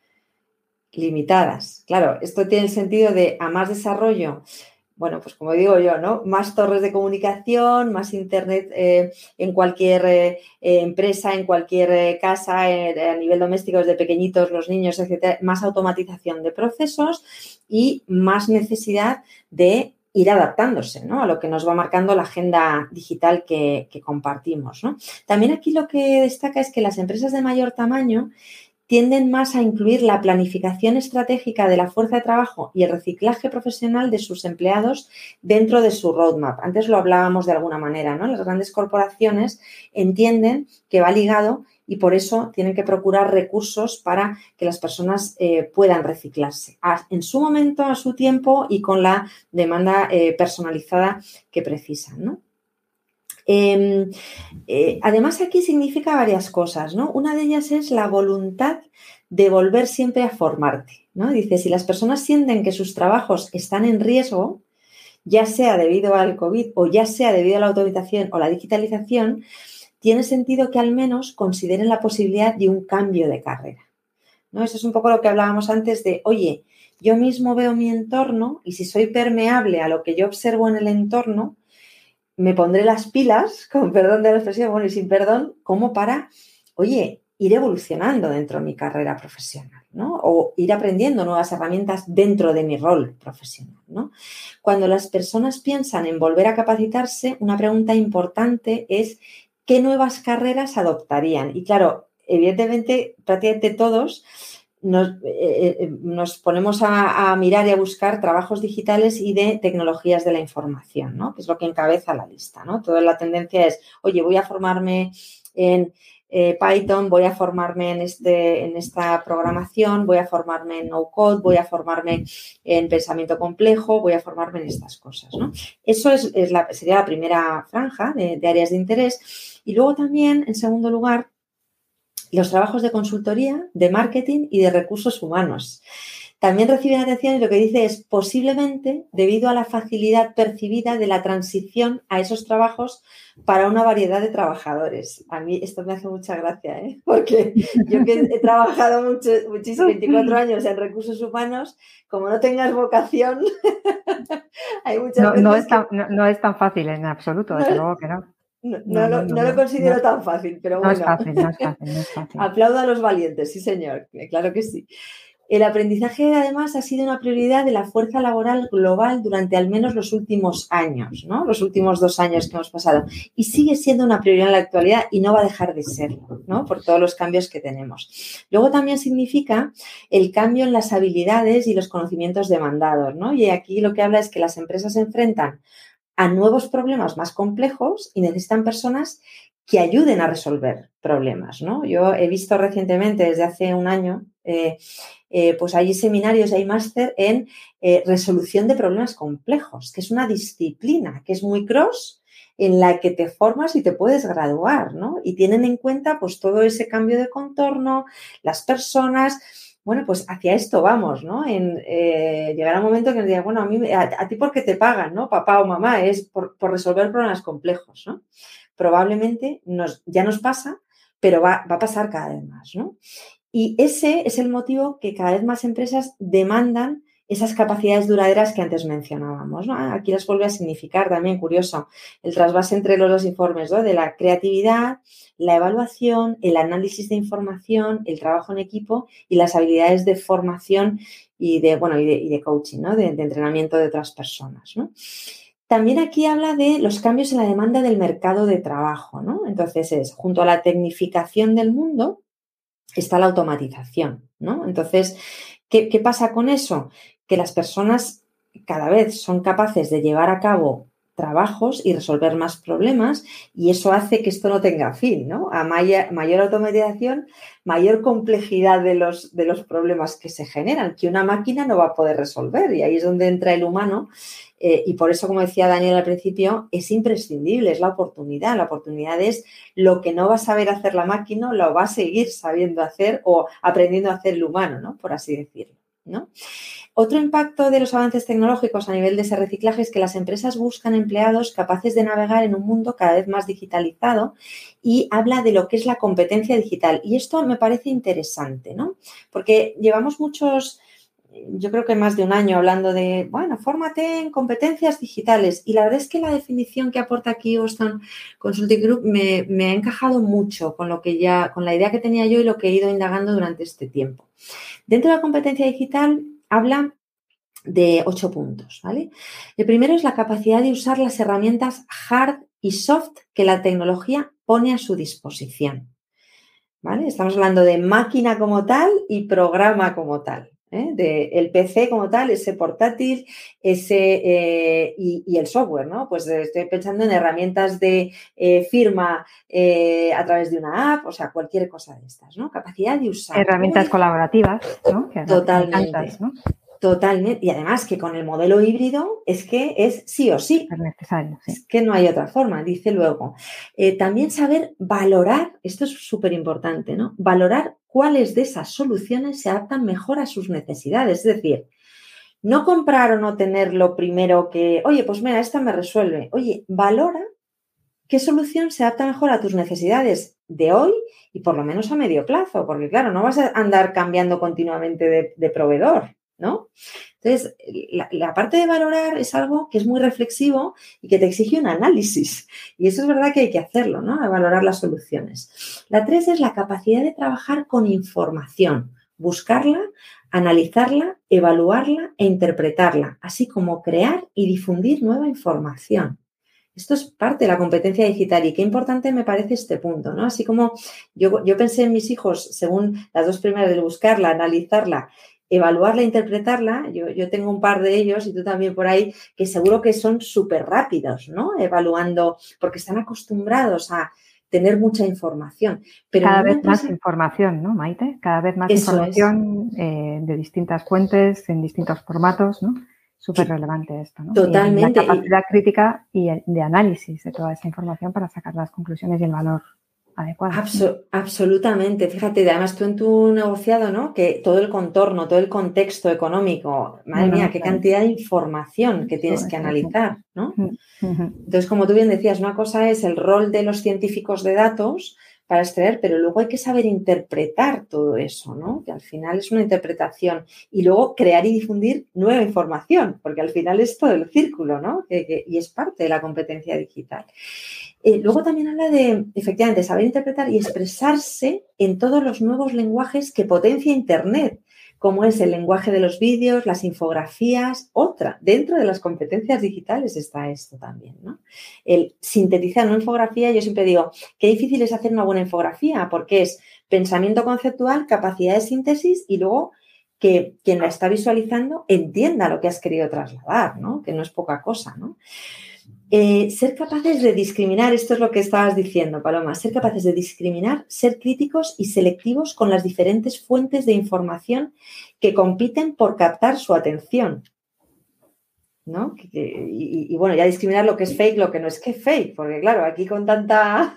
Limitadas. Claro, esto tiene el sentido de a más desarrollo, bueno, pues como digo yo, ¿no? Más torres de comunicación, más internet eh, en cualquier eh, empresa, en cualquier eh, casa, eh, a nivel doméstico, desde pequeñitos, los niños, etcétera, más automatización de procesos y más necesidad de ir adaptándose, ¿no? A lo que nos va marcando la agenda digital que, que compartimos, ¿no? También aquí lo que destaca es que las empresas de mayor tamaño tienden más a incluir la planificación estratégica de la fuerza de trabajo y el reciclaje profesional de sus empleados dentro de su roadmap. Antes lo hablábamos de alguna manera, ¿no? Las grandes corporaciones entienden que va ligado y por eso tienen que procurar recursos para que las personas eh, puedan reciclarse a, en su momento, a su tiempo y con la demanda eh, personalizada que precisan, ¿no? Eh, eh, además, aquí significa varias cosas, ¿no? Una de ellas es la voluntad de volver siempre a formarte, ¿no? Dice, si las personas sienten que sus trabajos están en riesgo, ya sea debido al COVID o ya sea debido a la automatización o la digitalización, tiene sentido que al menos consideren la posibilidad de un cambio de carrera, ¿no? Eso es un poco lo que hablábamos antes de, oye, yo mismo veo mi entorno y si soy permeable a lo que yo observo en el entorno, me pondré las pilas, con perdón de la expresión, bueno, y sin perdón, como para, oye, ir evolucionando dentro de mi carrera profesional, ¿no? O ir aprendiendo nuevas herramientas dentro de mi rol profesional, ¿no? Cuando las personas piensan en volver a capacitarse, una pregunta importante es ¿qué nuevas carreras adoptarían? Y claro, evidentemente, prácticamente todos Nos, eh, nos ponemos a, a mirar y a buscar trabajos digitales y de tecnologías de la información, ¿no? Que es lo que encabeza la lista, ¿no? Toda la tendencia es, oye, voy a formarme en eh, Python, voy a formarme en, este, en esta programación, voy a formarme en no-code, voy a formarme en pensamiento complejo, voy a formarme en estas cosas, ¿no? Eso es, es la, sería la primera franja de, de áreas de interés. Y luego también, en segundo lugar, los trabajos de consultoría, de marketing y de recursos humanos. También reciben atención y lo que dice es posiblemente debido a la facilidad percibida de la transición a esos trabajos para una variedad de trabajadores. A mí esto me hace mucha gracia, ¿eh? Porque yo que he trabajado mucho, muchísimo, veinticuatro años en recursos humanos, como no tengas vocación, hay muchas no, veces no, es tan, que... no, no es tan fácil en absoluto, desde no, luego que no. No, No, no, no, lo, no, no lo no, considero no, tan fácil, pero no bueno. es fácil, no es fácil, no es fácil. Aplaudo a los valientes, sí señor, claro que sí. El aprendizaje además ha sido una prioridad de la fuerza laboral global durante al menos los últimos años, ¿no? Los últimos dos años que hemos pasado. Y sigue siendo una prioridad en la actualidad y no va a dejar de serlo, ¿no? Por todos los cambios que tenemos. Luego también significa el cambio en las habilidades y los conocimientos demandados, ¿no? Y aquí lo que habla es que las empresas se enfrentan a nuevos problemas más complejos y necesitan personas que ayuden a resolver problemas, ¿no? Yo he visto recientemente, desde hace un año, eh, eh, pues hay seminarios, hay máster en eh, resolución de problemas complejos, que es una disciplina que es muy cross, en la que te formas y te puedes graduar, ¿no? Y tienen en cuenta pues todo ese cambio de contorno, las personas. Bueno, pues hacia esto vamos, ¿no? En, eh, llegará un momento que nos digan, bueno, a mí, a, a ti ¿por qué te pagan, no? Papá o mamá, es por, por resolver problemas complejos, ¿no? Probablemente nos, ya nos pasa, pero va, va a pasar cada vez más, ¿no? Y ese es el motivo que cada vez más empresas demandan esas capacidades duraderas que antes mencionábamos, ¿no? Aquí las vuelve a significar también, curioso, el trasvase entre los dos informes, ¿no? De la creatividad, la evaluación, el análisis de información, el trabajo en equipo y las habilidades de formación y de, bueno, y de, y de coaching, ¿no? De, de entrenamiento de otras personas, ¿no? También aquí habla de los cambios en la demanda del mercado de trabajo, ¿no? Entonces es, junto a la tecnificación del mundo, está la automatización, ¿no? Entonces, ¿qué, qué pasa con eso? Que las personas cada vez son capaces de llevar a cabo trabajos y resolver más problemas y eso hace que esto no tenga fin, ¿no? A mayor, mayor automatización, mayor complejidad de los, de los problemas que se generan, que una máquina no va a poder resolver y ahí es donde entra el humano. Eh, y por eso, como decía Daniel al principio, es imprescindible, es la oportunidad. La oportunidad es lo que no va a saber hacer la máquina, lo va a seguir sabiendo hacer o aprendiendo a hacer el humano, ¿no? Por así decirlo, ¿no? Otro impacto de los avances tecnológicos a nivel de ese reciclaje es que las empresas buscan empleados capaces de navegar en un mundo cada vez más digitalizado y habla de lo que es la competencia digital. Y esto me parece interesante, ¿no? Porque llevamos muchos... Yo creo que más de un año hablando de, bueno, fórmate en competencias digitales. Y la verdad es que la definición que aporta aquí Boston Consulting Group me, me ha encajado mucho con lo que ya, con la idea que tenía yo y lo que he ido indagando durante este tiempo. Dentro de la competencia digital habla de ocho puntos, ¿vale? El primero es la capacidad de usar las herramientas hard y soft que la tecnología pone a su disposición, ¿vale? Estamos hablando de máquina como tal y programa como tal. ¿Eh? De el P C como tal, ese portátil, ese eh, y, y el software, ¿no? Pues estoy pensando en herramientas de eh, firma eh, a través de una app, o sea, cualquier cosa de estas, ¿no? Capacidad de usar. Herramientas Uy, colaborativas, ¿no? Que totalmente. Tantas, ¿no? Totalmente. Y además que con el modelo híbrido es que es sí o sí. Es necesario, sí. Es que no hay otra forma, dice luego. Eh, también saber valorar, esto es súper importante, ¿no? Valorar cuáles de esas soluciones se adaptan mejor a sus necesidades. Es decir, no comprar o no tener lo primero que, oye, pues mira, esta me resuelve. Oye, valora qué solución se adapta mejor a tus necesidades de hoy y por lo menos a medio plazo, porque claro, no vas a andar cambiando continuamente de, de proveedor, ¿no? Entonces, la, la parte de valorar es algo que es muy reflexivo y que te exige un análisis. Y eso es verdad que hay que hacerlo, ¿no? A valorar las soluciones. La tres es la capacidad de trabajar con información, buscarla, analizarla, evaluarla e interpretarla, así como crear y difundir nueva información. Esto es parte de la competencia digital y qué importante me parece este punto, ¿no? Así como yo, yo pensé en mis hijos, según las dos primeras, de buscarla, analizarla, evaluarla, interpretarla, yo, yo tengo un par de ellos y tú también por ahí, que seguro que son súper rápidos, ¿no? Evaluando, porque están acostumbrados a tener mucha información. Pero Cada vez empresa... más información, ¿no, Maite? Cada vez más Eso información es. eh, de distintas fuentes, en distintos formatos, ¿no? Súper relevante esto, ¿no? Totalmente. Y la capacidad crítica y de análisis de toda esa información para sacar las conclusiones y el valor adecuado. Absol- absolutamente. Fíjate, además tú en tu negociado, ¿no? Que todo el contorno, todo el contexto económico, madre mía, qué cantidad de información que tienes que analizar, ¿no? Entonces, como tú bien decías, una cosa es el rol de los científicos de datos para extraer, pero luego hay que saber interpretar todo eso, ¿no? Que al final es una interpretación y luego crear y difundir nueva información, porque al final es todo el círculo, ¿no? Que, que, y es parte de la competencia digital. Eh, luego también habla de, efectivamente, saber interpretar y expresarse en todos los nuevos lenguajes que potencia Internet, como es el lenguaje de los vídeos, las infografías, otra. Dentro de las competencias digitales está esto también, ¿no? El sintetizar una infografía, yo siempre digo, qué difícil es hacer una buena infografía, porque es pensamiento conceptual, capacidad de síntesis y luego que quien la está visualizando entienda lo que has querido trasladar, ¿no? Que no es poca cosa, ¿no? Eh, ser capaces de discriminar, esto es lo que estabas diciendo, Paloma, ser capaces de discriminar, ser críticos y selectivos con las diferentes fuentes de información que compiten por captar su atención, ¿no? Y, y, y bueno, ya discriminar lo que es fake, lo que no es que es fake, porque claro, aquí con tanta,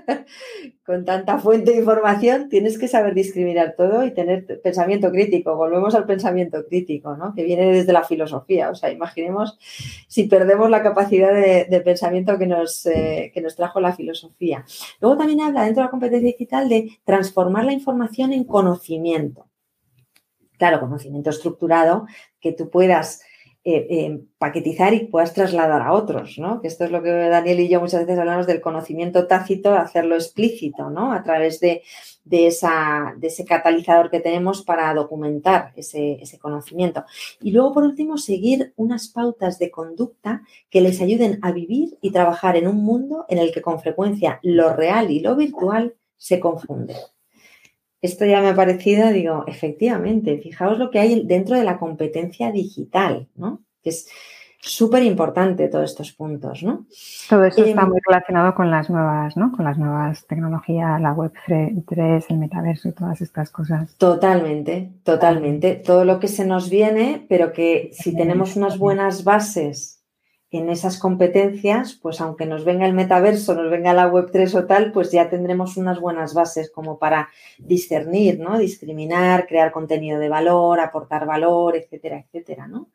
con tanta fuente de información tienes que saber discriminar todo y tener pensamiento crítico. Volvemos al pensamiento crítico, ¿no? Que viene desde la filosofía. O sea, imaginemos si perdemos la capacidad de, de pensamiento que nos, eh, que nos trajo la filosofía. Luego también habla dentro de la competencia digital de transformar la información en conocimiento. Claro, conocimiento estructurado que tú puedas Eh, eh, paquetizar y puedas trasladar a otros, ¿no? Que esto es lo que Daniel y yo muchas veces hablamos del conocimiento tácito, hacerlo explícito, ¿no? A través de, de, esa, de ese catalizador que tenemos para documentar ese, ese conocimiento. Y luego, por último, seguir unas pautas de conducta que les ayuden a vivir y trabajar en un mundo en el que con frecuencia lo real y lo virtual se confunden. Esto ya me ha parecido, digo, efectivamente, fijaos lo que hay dentro de la competencia digital, ¿no? Que es súper importante todos estos puntos, ¿no? Todo eso eh, está muy relacionado con las nuevas, ¿no? Con las nuevas tecnologías, la web tres, el metaverso y todas estas cosas. Totalmente, totalmente. Todo lo que se nos viene, pero que si tenemos unas buenas bases en esas competencias, pues aunque nos venga el metaverso, nos venga la web tres o tal, pues ya tendremos unas buenas bases como para discernir, ¿no? Discriminar, crear contenido de valor, aportar valor, etcétera, etcétera, ¿no?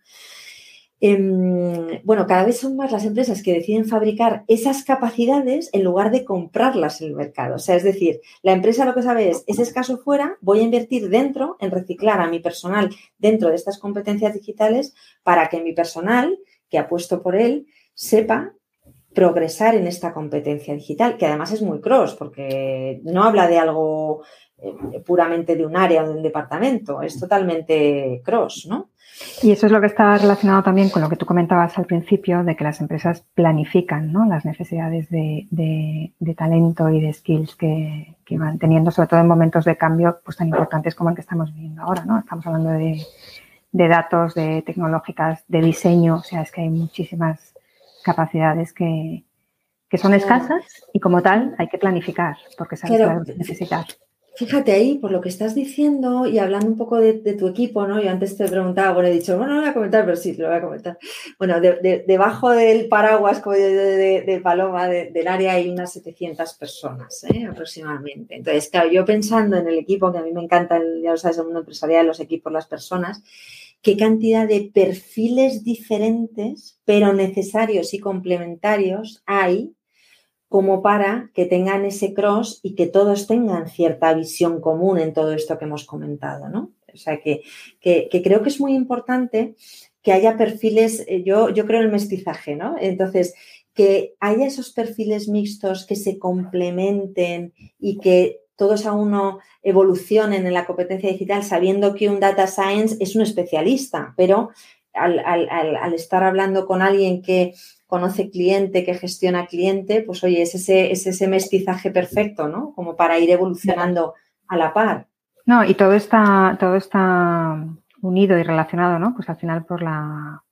Eh, bueno, cada vez son más las empresas que deciden fabricar esas capacidades en lugar de comprarlas en el mercado. O sea, es decir, la empresa lo que sabe es, es escaso fuera, voy a invertir dentro en reciclar a mi personal dentro de estas competencias digitales para que mi personal que apuesto por él, sepa progresar en esta competencia digital, que además es muy cross, porque no habla de algo eh, puramente de un área o de un departamento, es totalmente cross, ¿no? Y eso es lo que está relacionado también con lo que tú comentabas al principio, de que las empresas planifican, ¿no? Las necesidades de, de, de talento y de skills que, que van teniendo, sobre todo en momentos de cambio pues tan importantes como el que estamos viviendo ahora, ¿no? Estamos hablando de de datos, de tecnológicas, de diseño, o sea, es que hay muchísimas capacidades que, que son claro. escasas y como tal hay que planificar porque sabes claro. que las necesitar. Fíjate ahí, por lo que estás diciendo y hablando un poco de, de tu equipo, ¿no? Yo antes te preguntaba, bueno, he dicho, bueno, no lo voy a comentar, pero sí, lo voy a comentar. Bueno, de, de, debajo del paraguas como de, de, de Paloma, de, del área, hay unas setecientas personas, ¿eh? Aproximadamente. Entonces, claro, yo pensando en el equipo, que a mí me encanta, el, ya lo sabes, el mundo empresarial, los equipos, las personas, qué cantidad de perfiles diferentes, pero necesarios y complementarios hay como para que tengan ese cross y que todos tengan cierta visión común en todo esto que hemos comentado, ¿no? O sea, que, que, que creo que es muy importante que haya perfiles, yo, yo creo en el mestizaje, ¿no? Entonces, que haya esos perfiles mixtos que se complementen y que todos a uno evolucionen en la competencia digital sabiendo que un data science es un especialista, pero al, al, al, al estar hablando con alguien que conoce cliente, que gestiona cliente, pues oye, es ese, es ese mestizaje perfecto, ¿no? Como para ir evolucionando a la par. No, y todo está, todo está unido y relacionado, ¿no? Pues al final por la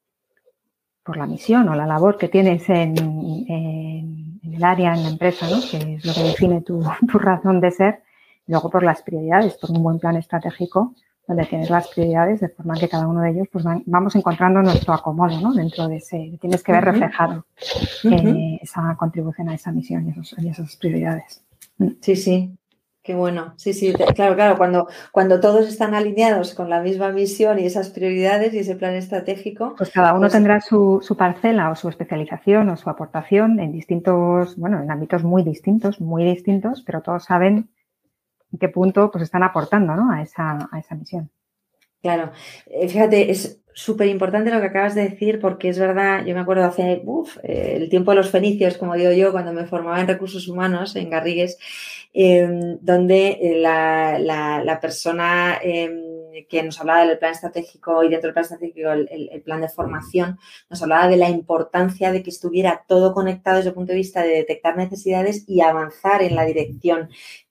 por la misión o la labor que tienes en, en, en el área, en la empresa, ¿no? Que es lo que define tu, tu razón de ser. Y luego por las prioridades, por un buen plan estratégico donde tienes las prioridades de forma que cada uno de ellos pues van, vamos encontrando nuestro acomodo, ¿no? Dentro de ese, tienes que ver reflejado uh-huh. eh, esa contribución a esa misión y, esos, y esas prioridades. Sí, sí. Qué bueno, sí, sí, claro, claro, cuando, cuando todos están alineados con la misma misión y esas prioridades y ese plan estratégico. Pues cada uno pues, tendrá su, su parcela o su especialización o su aportación en distintos, bueno, en ámbitos muy distintos, muy distintos, pero todos saben en qué punto pues están aportando, ¿no? a, esa, a esa misión. Claro, eh, fíjate, es súper importante lo que acabas de decir porque es verdad, yo me acuerdo hace uf, eh, el tiempo de los fenicios, como digo yo, cuando me formaba en recursos humanos en Garrigues, eh, donde la, la, la persona eh, que nos hablaba del plan estratégico y dentro del plan estratégico el, el, el plan de formación, nos hablaba de la importancia de que estuviera todo conectado desde el punto de vista de detectar necesidades y avanzar en la dirección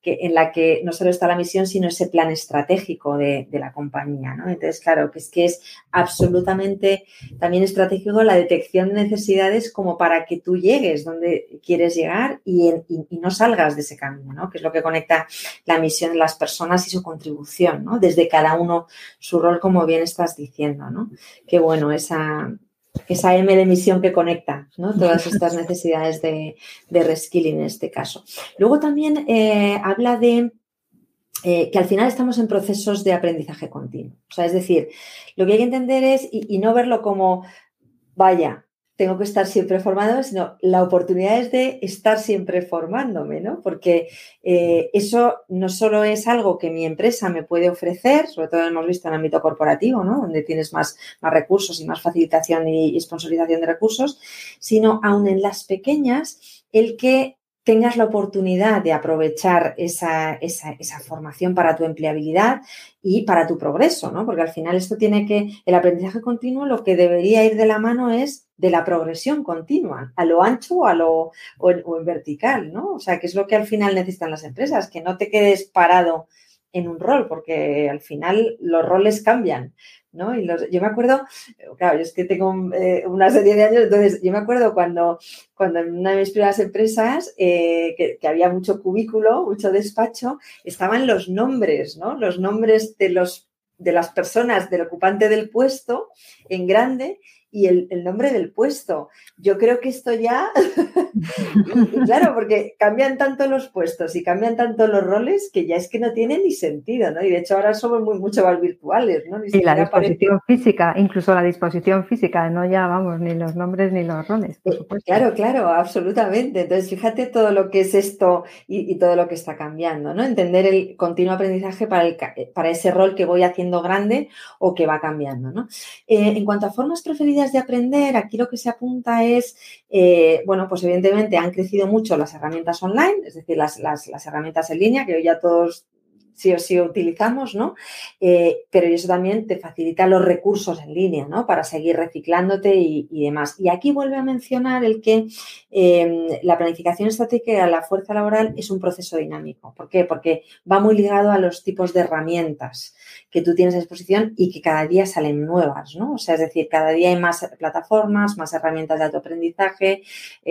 que, en la que no solo está la misión, sino ese plan estratégico de, de la compañía, ¿no? Entonces, claro, que es que es absolutamente también estratégico la detección de necesidades como para que tú llegues donde quieres llegar y, en, y, y no salgas de ese camino, ¿no? Que es lo que conecta la misión de las personas y su contribución, ¿no? Desde cada uno su rol, como bien estás diciendo, ¿no? Qué bueno, esa... esa M de misión que conecta, ¿no? Todas estas necesidades de, de reskilling en este caso. Luego también eh, habla de eh, que al final estamos en procesos de aprendizaje continuo. O sea, es decir, lo que hay que entender es, y, y no verlo como, vaya, tengo que estar siempre formándome, sino la oportunidad es de estar siempre formándome, ¿no? Porque eh, eso no solo es algo que mi empresa me puede ofrecer, sobre todo hemos visto en el ámbito corporativo, ¿no? Donde tienes más, más recursos y más facilitación y, y sponsorización de recursos, sino aún en las pequeñas, el que tengas la oportunidad de aprovechar esa, esa, esa formación para tu empleabilidad y para tu progreso, ¿no? Porque al final esto tiene que, el aprendizaje continuo lo que debería ir de la mano es de la progresión continua, a lo ancho o a lo o en, o en vertical, ¿no? O sea, que es lo que al final necesitan las empresas, que no te quedes parado en un rol, porque al final los roles cambian, ¿no? Y los, yo me acuerdo, claro, yo es que tengo eh, una serie de años, entonces yo me acuerdo cuando, cuando en una de mis primeras empresas, eh, que, que había mucho cubículo, mucho despacho, estaban los nombres, ¿no? Los nombres de los de las personas, del ocupante del puesto en grande y el, el nombre del puesto. Yo creo que esto ya, y, y claro, porque cambian tanto los puestos y cambian tanto los roles que ya es que no tiene ni sentido, ¿no? Y de hecho ahora somos muy, mucho más virtuales, ¿no? Ni y la disposición parece... física, incluso la disposición física, no ya vamos, ni los nombres ni los roles, por supuesto. Claro, claro, absolutamente. Entonces, fíjate todo lo que es esto y, y todo lo que está cambiando, ¿no? Entender el continuo aprendizaje para, el, para ese rol que voy haciendo grande o que va cambiando, ¿no? Eh, en cuanto a formas preferidas de aprender, aquí lo que se apunta es, eh, bueno, pues evidentemente han crecido mucho las herramientas online, es decir, las, las, las herramientas en línea que hoy ya todos sí o sí utilizamos, ¿no? Eh, pero eso también te facilita los recursos en línea, ¿no? Para seguir reciclándote y, y demás. Y aquí vuelve a mencionar el que eh, la planificación estratégica de la fuerza laboral es un proceso dinámico. ¿Por qué? Porque va muy ligado a los tipos de herramientas que tú tienes a disposición y que cada día salen nuevas, ¿no? O sea, es decir, cada día hay más plataformas, más herramientas de autoaprendizaje,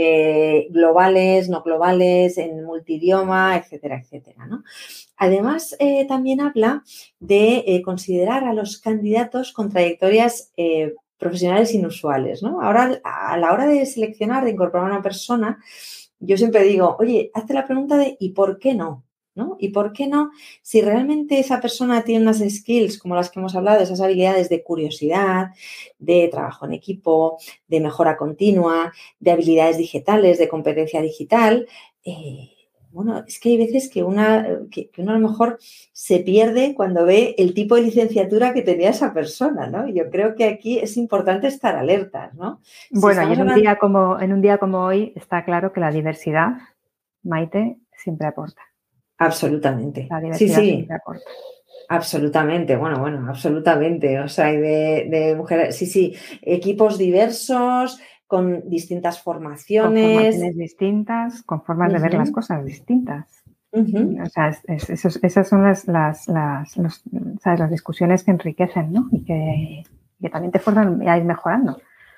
eh, globales, no globales, en multidioma, etcétera, etcétera, ¿no? Además, eh, también habla de eh, considerar a los candidatos con trayectorias eh, profesionales inusuales, ¿no? Ahora, a la hora de seleccionar, de incorporar a una persona, yo siempre digo, oye, hazte la pregunta de ¿y por qué no? ¿No? ¿Y por qué no? Si realmente esa persona tiene unas skills como las que hemos hablado, esas habilidades de curiosidad, de trabajo en equipo, de mejora continua, de habilidades digitales, de competencia digital, eh, bueno, es que hay veces que, una, que, que uno a lo mejor se pierde cuando ve el tipo de licenciatura que tenía esa persona, ¿no? Y yo creo que aquí es importante estar alertas, ¿no? Si bueno, y en un, hablando... día como, en un día como hoy está claro que la diversidad, Maite, siempre aporta. Absolutamente. La diversidad sí, sí. siempre aporta. Absolutamente, bueno, bueno, absolutamente. O sea, hay de, de mujeres, sí, sí, equipos diversos, con distintas formaciones. Con formaciones distintas, con formas uh-huh. de ver las cosas distintas. Uh-huh. O sea, es, es, esos, esas son las, las, las, los, ¿sabes? Las discusiones que enriquecen, ¿no? Y que, que también te fuerzan a ir mejorando.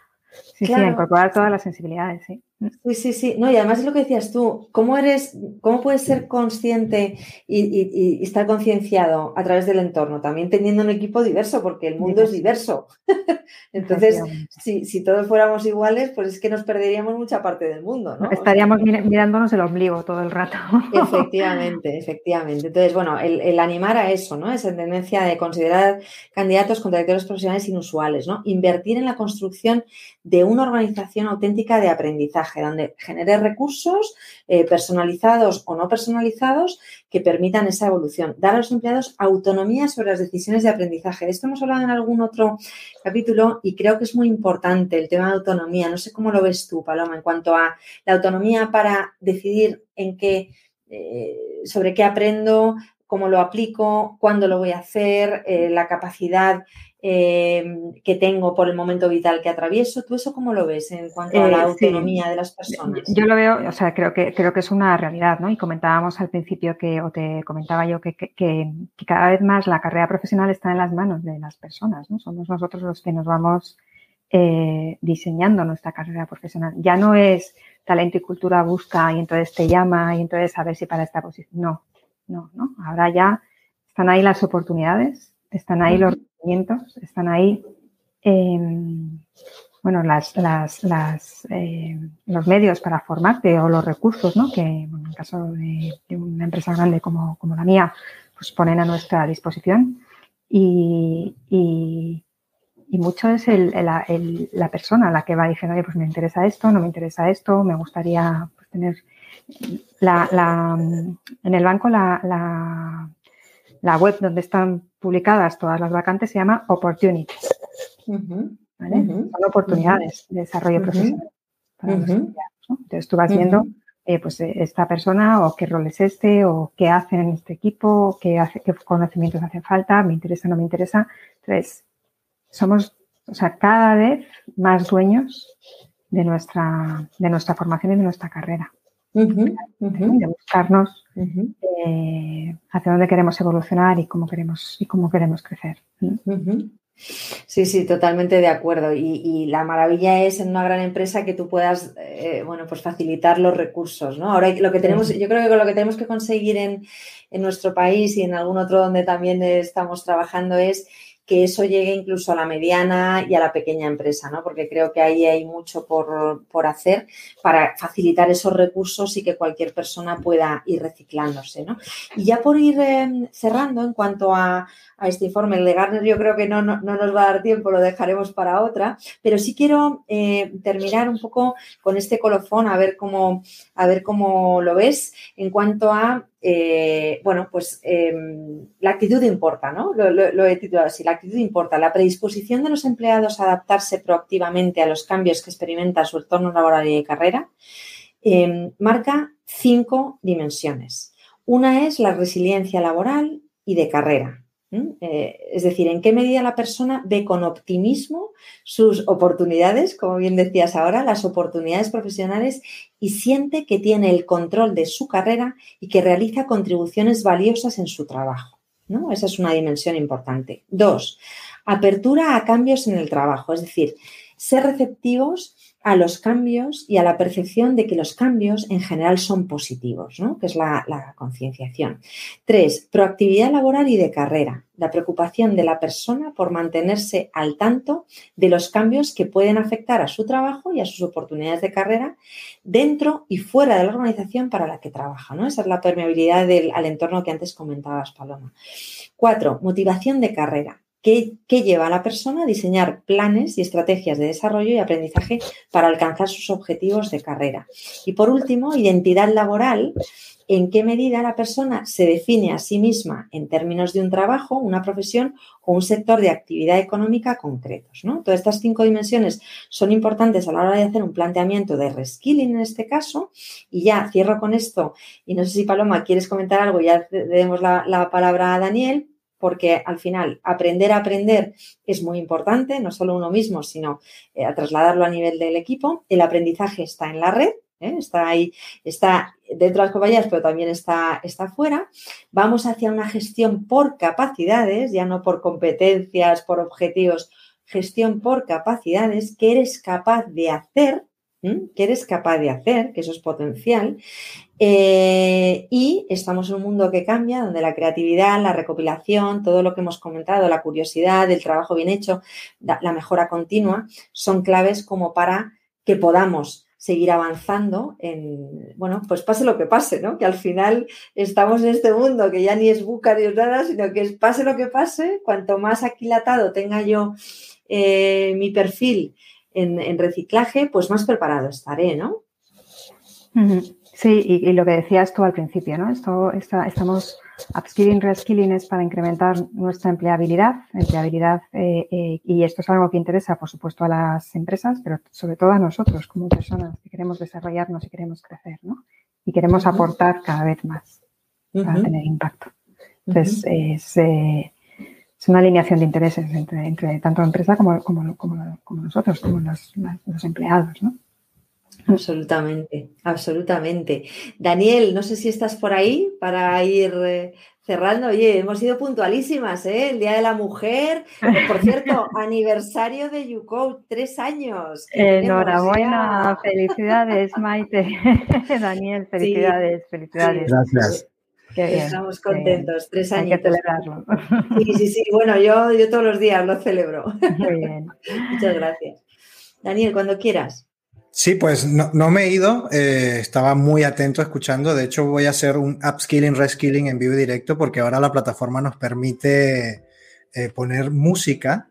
Sí, claro. Sí, a incorporar todas las sensibilidades, sí. Sí, sí, sí. No, y además es lo que decías tú, ¿cómo eres, cómo puedes ser consciente y, y, y estar concienciado a través del entorno? También teniendo un equipo diverso, porque el mundo diverso. es diverso. Entonces, si, si todos fuéramos iguales, pues es que nos perderíamos mucha parte del mundo, ¿no? Estaríamos o sea, mirándonos el ombligo todo el rato. Efectivamente, efectivamente. Entonces, bueno, el, el animar a eso, ¿no? Esa tendencia de considerar candidatos con trayectorias profesionales inusuales, ¿no? Invertir en la construcción de una organización auténtica de aprendizaje, donde genere recursos eh, personalizados o no personalizados que permitan esa evolución. Dar a los empleados autonomía sobre las decisiones de aprendizaje. De esto hemos hablado en algún otro capítulo y creo que es muy importante el tema de autonomía. No sé cómo lo ves tú, Paloma, en cuanto a la autonomía para decidir en qué, eh, sobre qué aprendo, cómo lo aplico, cuándo lo voy a hacer, eh, la capacidad eh, que tengo por el momento vital que atravieso. ¿Tú eso cómo lo ves en cuanto a la Eh, autonomía sí. de las personas? Yo lo veo, o sea, creo que creo que es una realidad, ¿no? Y comentábamos al principio que, o te comentaba yo, que, que, que cada vez más la carrera profesional está en las manos de las personas, ¿no? Somos nosotros los que nos vamos eh, diseñando nuestra carrera profesional. Ya no es talento y cultura busca y entonces te llama y entonces a ver si para esta posición. No, no, no. Ahora ya están ahí las oportunidades, están ahí los requerimientos, están ahí eh, bueno, las, las, las, eh, los medios para formarte o los recursos, ¿no? Que bueno, en el caso de, de una empresa grande como, como la mía, pues ponen a nuestra disposición y, y, y mucho es el, el, el, la persona la que va diciendo, oye, pues me interesa esto, no me interesa esto, me gustaría pues, tener la, la, en el banco la, la, la web donde están publicadas todas las vacantes se llama Opportunities. Uh-huh. ¿Vale? Uh-huh. Son oportunidades uh-huh. de desarrollo uh-huh. profesional para uh-huh. los empleados, ¿no? Entonces tú vas viendo uh-huh. eh, pues esta persona o qué rol es este o qué hacen en este equipo, qué, hace, qué conocimientos hacen falta, me interesa o no me interesa. Entonces somos, o sea, cada vez más dueños de nuestra, de nuestra formación y de nuestra carrera. Uh-huh. Uh-huh. De buscarnos uh-huh. eh, hacia dónde queremos evolucionar y cómo queremos, y cómo queremos crecer. Uh-huh. Sí, sí, totalmente de acuerdo. Y, y la maravilla es en una gran empresa que tú puedas, eh, bueno, pues facilitar los recursos, ¿no? Ahora lo que tenemos, yo creo que lo que tenemos que conseguir en, en nuestro país y en algún otro donde también estamos trabajando es que eso llegue incluso a la mediana y a la pequeña empresa, ¿no? Porque creo que ahí hay mucho por, por hacer para facilitar esos recursos y que cualquier persona pueda ir reciclándose, ¿no? Y ya por ir eh, cerrando en cuanto a, a este informe, el de Gartner yo creo que no, no, no nos va a dar tiempo, lo dejaremos para otra, pero sí quiero eh, terminar un poco con este colofón, a ver cómo, a ver cómo lo ves en cuanto a Eh, bueno, pues eh, la actitud importa, ¿no? Lo, lo, lo he titulado así, la actitud importa. La predisposición de los empleados a adaptarse proactivamente a los cambios que experimenta su entorno laboral y de carrera eh, marca cinco dimensiones. Una es la resiliencia laboral y de carrera. ¿Mm? Eh, es decir, en qué medida la persona ve con optimismo sus oportunidades, como bien decías ahora, las oportunidades profesionales y siente que tiene el control de su carrera y que realiza contribuciones valiosas en su trabajo, ¿no? Esa es una dimensión importante. Dos, apertura a cambios en el trabajo, es decir, ser receptivos a los cambios y a la percepción de que los cambios en general son positivos, ¿no? Que es la, la concienciación. Tres, proactividad laboral y de carrera, la preocupación de la persona por mantenerse al tanto de los cambios que pueden afectar a su trabajo y a sus oportunidades de carrera dentro y fuera de la organización para la que trabaja, ¿no? Esa es la permeabilidad del, al entorno que antes comentabas, Paloma. Cuatro, motivación de carrera. ¿Qué, ¿Qué lleva a la persona a diseñar planes y estrategias de desarrollo y aprendizaje para alcanzar sus objetivos de carrera? Y por último, identidad laboral. ¿En qué medida la persona se define a sí misma en términos de un trabajo, una profesión o un sector de actividad económica concretos, ¿no? Todas estas cinco dimensiones son importantes a la hora de hacer un planteamiento de reskilling en este caso. Y ya cierro con esto. Y no sé si, Paloma, quieres comentar algo. Ya le demos la, la palabra a Daniel. Porque al final aprender a aprender es muy importante, no solo uno mismo, sino eh, a trasladarlo a nivel del equipo. El aprendizaje está en la red, ¿eh? Está ahí, está dentro de las compañías, pero también está, está fuera. Vamos hacia una gestión por capacidades, ya no por competencias, por objetivos, gestión por capacidades que eres capaz de hacer, ¿eh? que eres capaz de hacer, que eso es potencial. Eh, y estamos en un mundo que cambia, donde la creatividad, la recopilación, todo lo que hemos comentado, la curiosidad, el trabajo bien hecho, la, la mejora continua, son claves como para que podamos seguir avanzando en, bueno, pues pase lo que pase, ¿no? Que al final estamos en este mundo que ya ni es buca ni es nada, sino que es pase lo que pase, cuanto más aquilatado tenga yo eh, mi perfil en, en reciclaje, pues más preparado estaré, ¿no? Uh-huh. Sí, y, y lo que decías tú al principio, ¿no? Esto, esta, estamos upskilling, reskilling es para incrementar nuestra empleabilidad, empleabilidad eh, eh, y esto es algo que interesa, por supuesto, a las empresas, pero sobre todo a nosotros como personas que queremos desarrollarnos y queremos crecer, ¿no? Y queremos uh-huh. aportar cada vez más uh-huh. para tener impacto. Entonces, uh-huh. es, eh, es una alineación de intereses entre, entre tanto la empresa como, como, como, como nosotros, como los, los empleados, ¿no? Absolutamente, absolutamente. Daniel, no sé si estás por ahí para ir eh, cerrando. Oye, hemos sido puntualísimas, ¿eh? El Día de la Mujer. Por cierto, aniversario de YouCode, tres años. Enhorabuena, ya. Felicidades, Maite. Daniel, felicidades, sí, felicidades. Sí, gracias. Qué bien, estamos contentos, tres años. Hay que celebrarlo. Sí, sí, sí. Bueno, yo, yo todos los días lo celebro. Muy bien. Muchas gracias. Daniel, cuando quieras. Sí, pues no, no me he ido, eh, estaba muy atento escuchando. De hecho, voy a hacer un upskilling, reskilling en vivo y directo porque ahora la plataforma nos permite eh, poner música.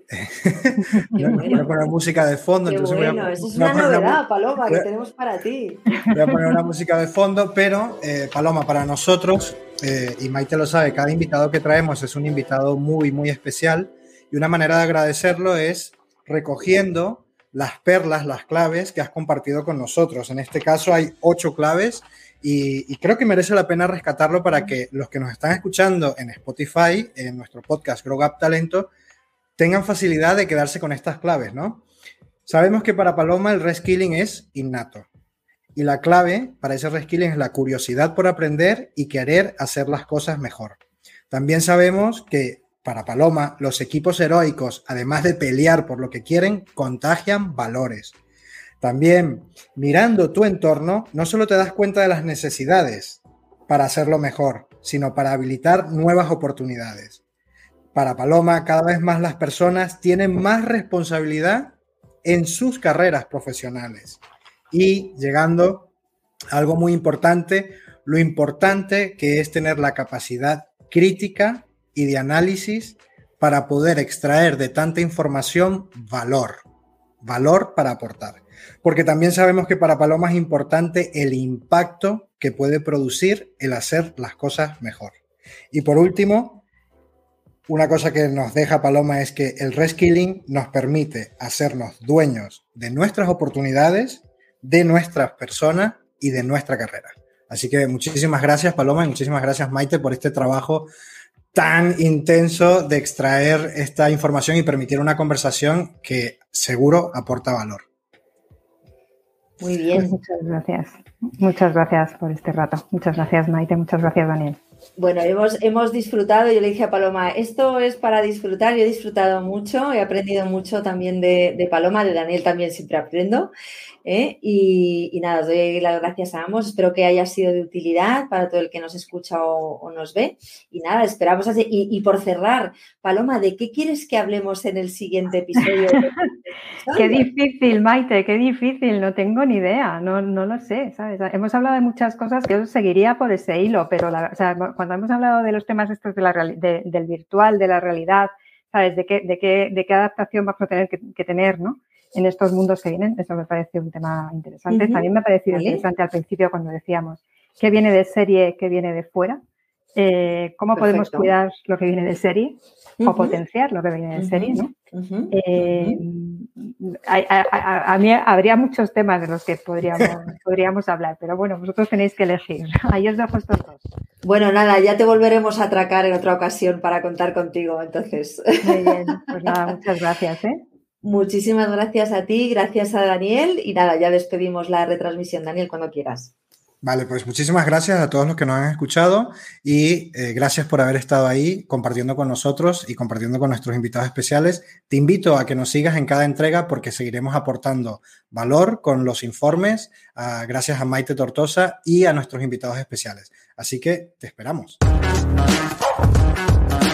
Bueno. Voy a poner música de fondo. Qué entonces bueno, voy a, eso es una novedad, una, Paloma, que tenemos para ti. Voy a poner una música de fondo, pero eh, Paloma, para nosotros, eh, y Maite lo sabe, cada invitado que traemos es un invitado muy, muy especial y una manera de agradecerlo es recogiendo las perlas, las claves que has compartido con nosotros. En este caso hay ocho claves y, y creo que merece la pena rescatarlo para que los que nos están escuchando en Spotify, en nuestro podcast Grow Up Talento, tengan facilidad de quedarse con estas claves, ¿no? Sabemos que para Paloma el reskilling es innato y la clave para ese reskilling es la curiosidad por aprender y querer hacer las cosas mejor. También sabemos que para Paloma, los equipos heroicos, además de pelear por lo que quieren, contagian valores. También, mirando tu entorno, no solo te das cuenta de las necesidades para hacerlo mejor, sino para habilitar nuevas oportunidades. Para Paloma, cada vez más las personas tienen más responsabilidad en sus carreras profesionales. Y llegando a algo muy importante, lo importante que es tener la capacidad crítica y de análisis para poder extraer de tanta información valor, valor para aportar. Porque también sabemos que para Paloma es importante el impacto que puede producir el hacer las cosas mejor. Y por último, una cosa que nos deja Paloma es que el reskilling nos permite hacernos dueños de nuestras oportunidades, de nuestras personas y de nuestra carrera. Así que muchísimas gracias, Paloma, y muchísimas gracias, Maite, por este trabajo tan intenso de extraer esta información y permitir una conversación que seguro aporta valor. Muy bien. Pues muchas gracias. Muchas gracias por este rato. Muchas gracias, Maite. Muchas gracias, Daniel. Bueno, hemos, hemos disfrutado. Yo le dije a Paloma, esto es para disfrutar. Yo he disfrutado mucho, he aprendido mucho también de, de Paloma, de Daniel también siempre aprendo. ¿eh? Y, y nada, os doy las gracias a ambos. Espero que haya sido de utilidad para todo el que nos escucha o, o nos ve. Y nada, esperamos así. Y, y por cerrar, Paloma, ¿de qué quieres que hablemos en el siguiente episodio? Qué difícil, Maite, qué difícil. No tengo ni idea, no, no lo sé, ¿sabes? Hemos hablado de muchas cosas que yo seguiría por ese hilo, pero la, o sea, cuando hemos hablado de los temas estos de la, de, del virtual, de la realidad, ¿sabes? De qué, de qué, de qué adaptación vamos a tener que, que tener, ¿no? En estos mundos que vienen, eso me parece un tema interesante. Uh-huh. También me ha parecido ¿Vale? interesante al principio cuando decíamos qué viene de serie, qué viene de fuera, eh, cómo Perfecto. podemos cuidar lo que viene de serie uh-huh. o potenciar lo que viene de uh-huh. serie, ¿no? Uh-huh. Eh, uh-huh. a, a, a, a mí habría muchos temas de los que podríamos, podríamos hablar, pero bueno, vosotros tenéis que elegir. Ahí os dejo estos dos. Bueno, nada, ya te volveremos a atracar en otra ocasión para contar contigo, entonces. Muy bien, pues nada, muchas gracias, ¿eh? Muchísimas gracias a ti, gracias a Daniel y nada, ya despedimos la retransmisión. Daniel, cuando quieras. Vale, pues muchísimas gracias a todos los que nos han escuchado y eh, gracias por haber estado ahí compartiendo con nosotros y compartiendo con nuestros invitados especiales. Te invito a que nos sigas en cada entrega porque seguiremos aportando valor con los informes, uh, gracias a Maite Tortosa y a nuestros invitados especiales. Así que te esperamos.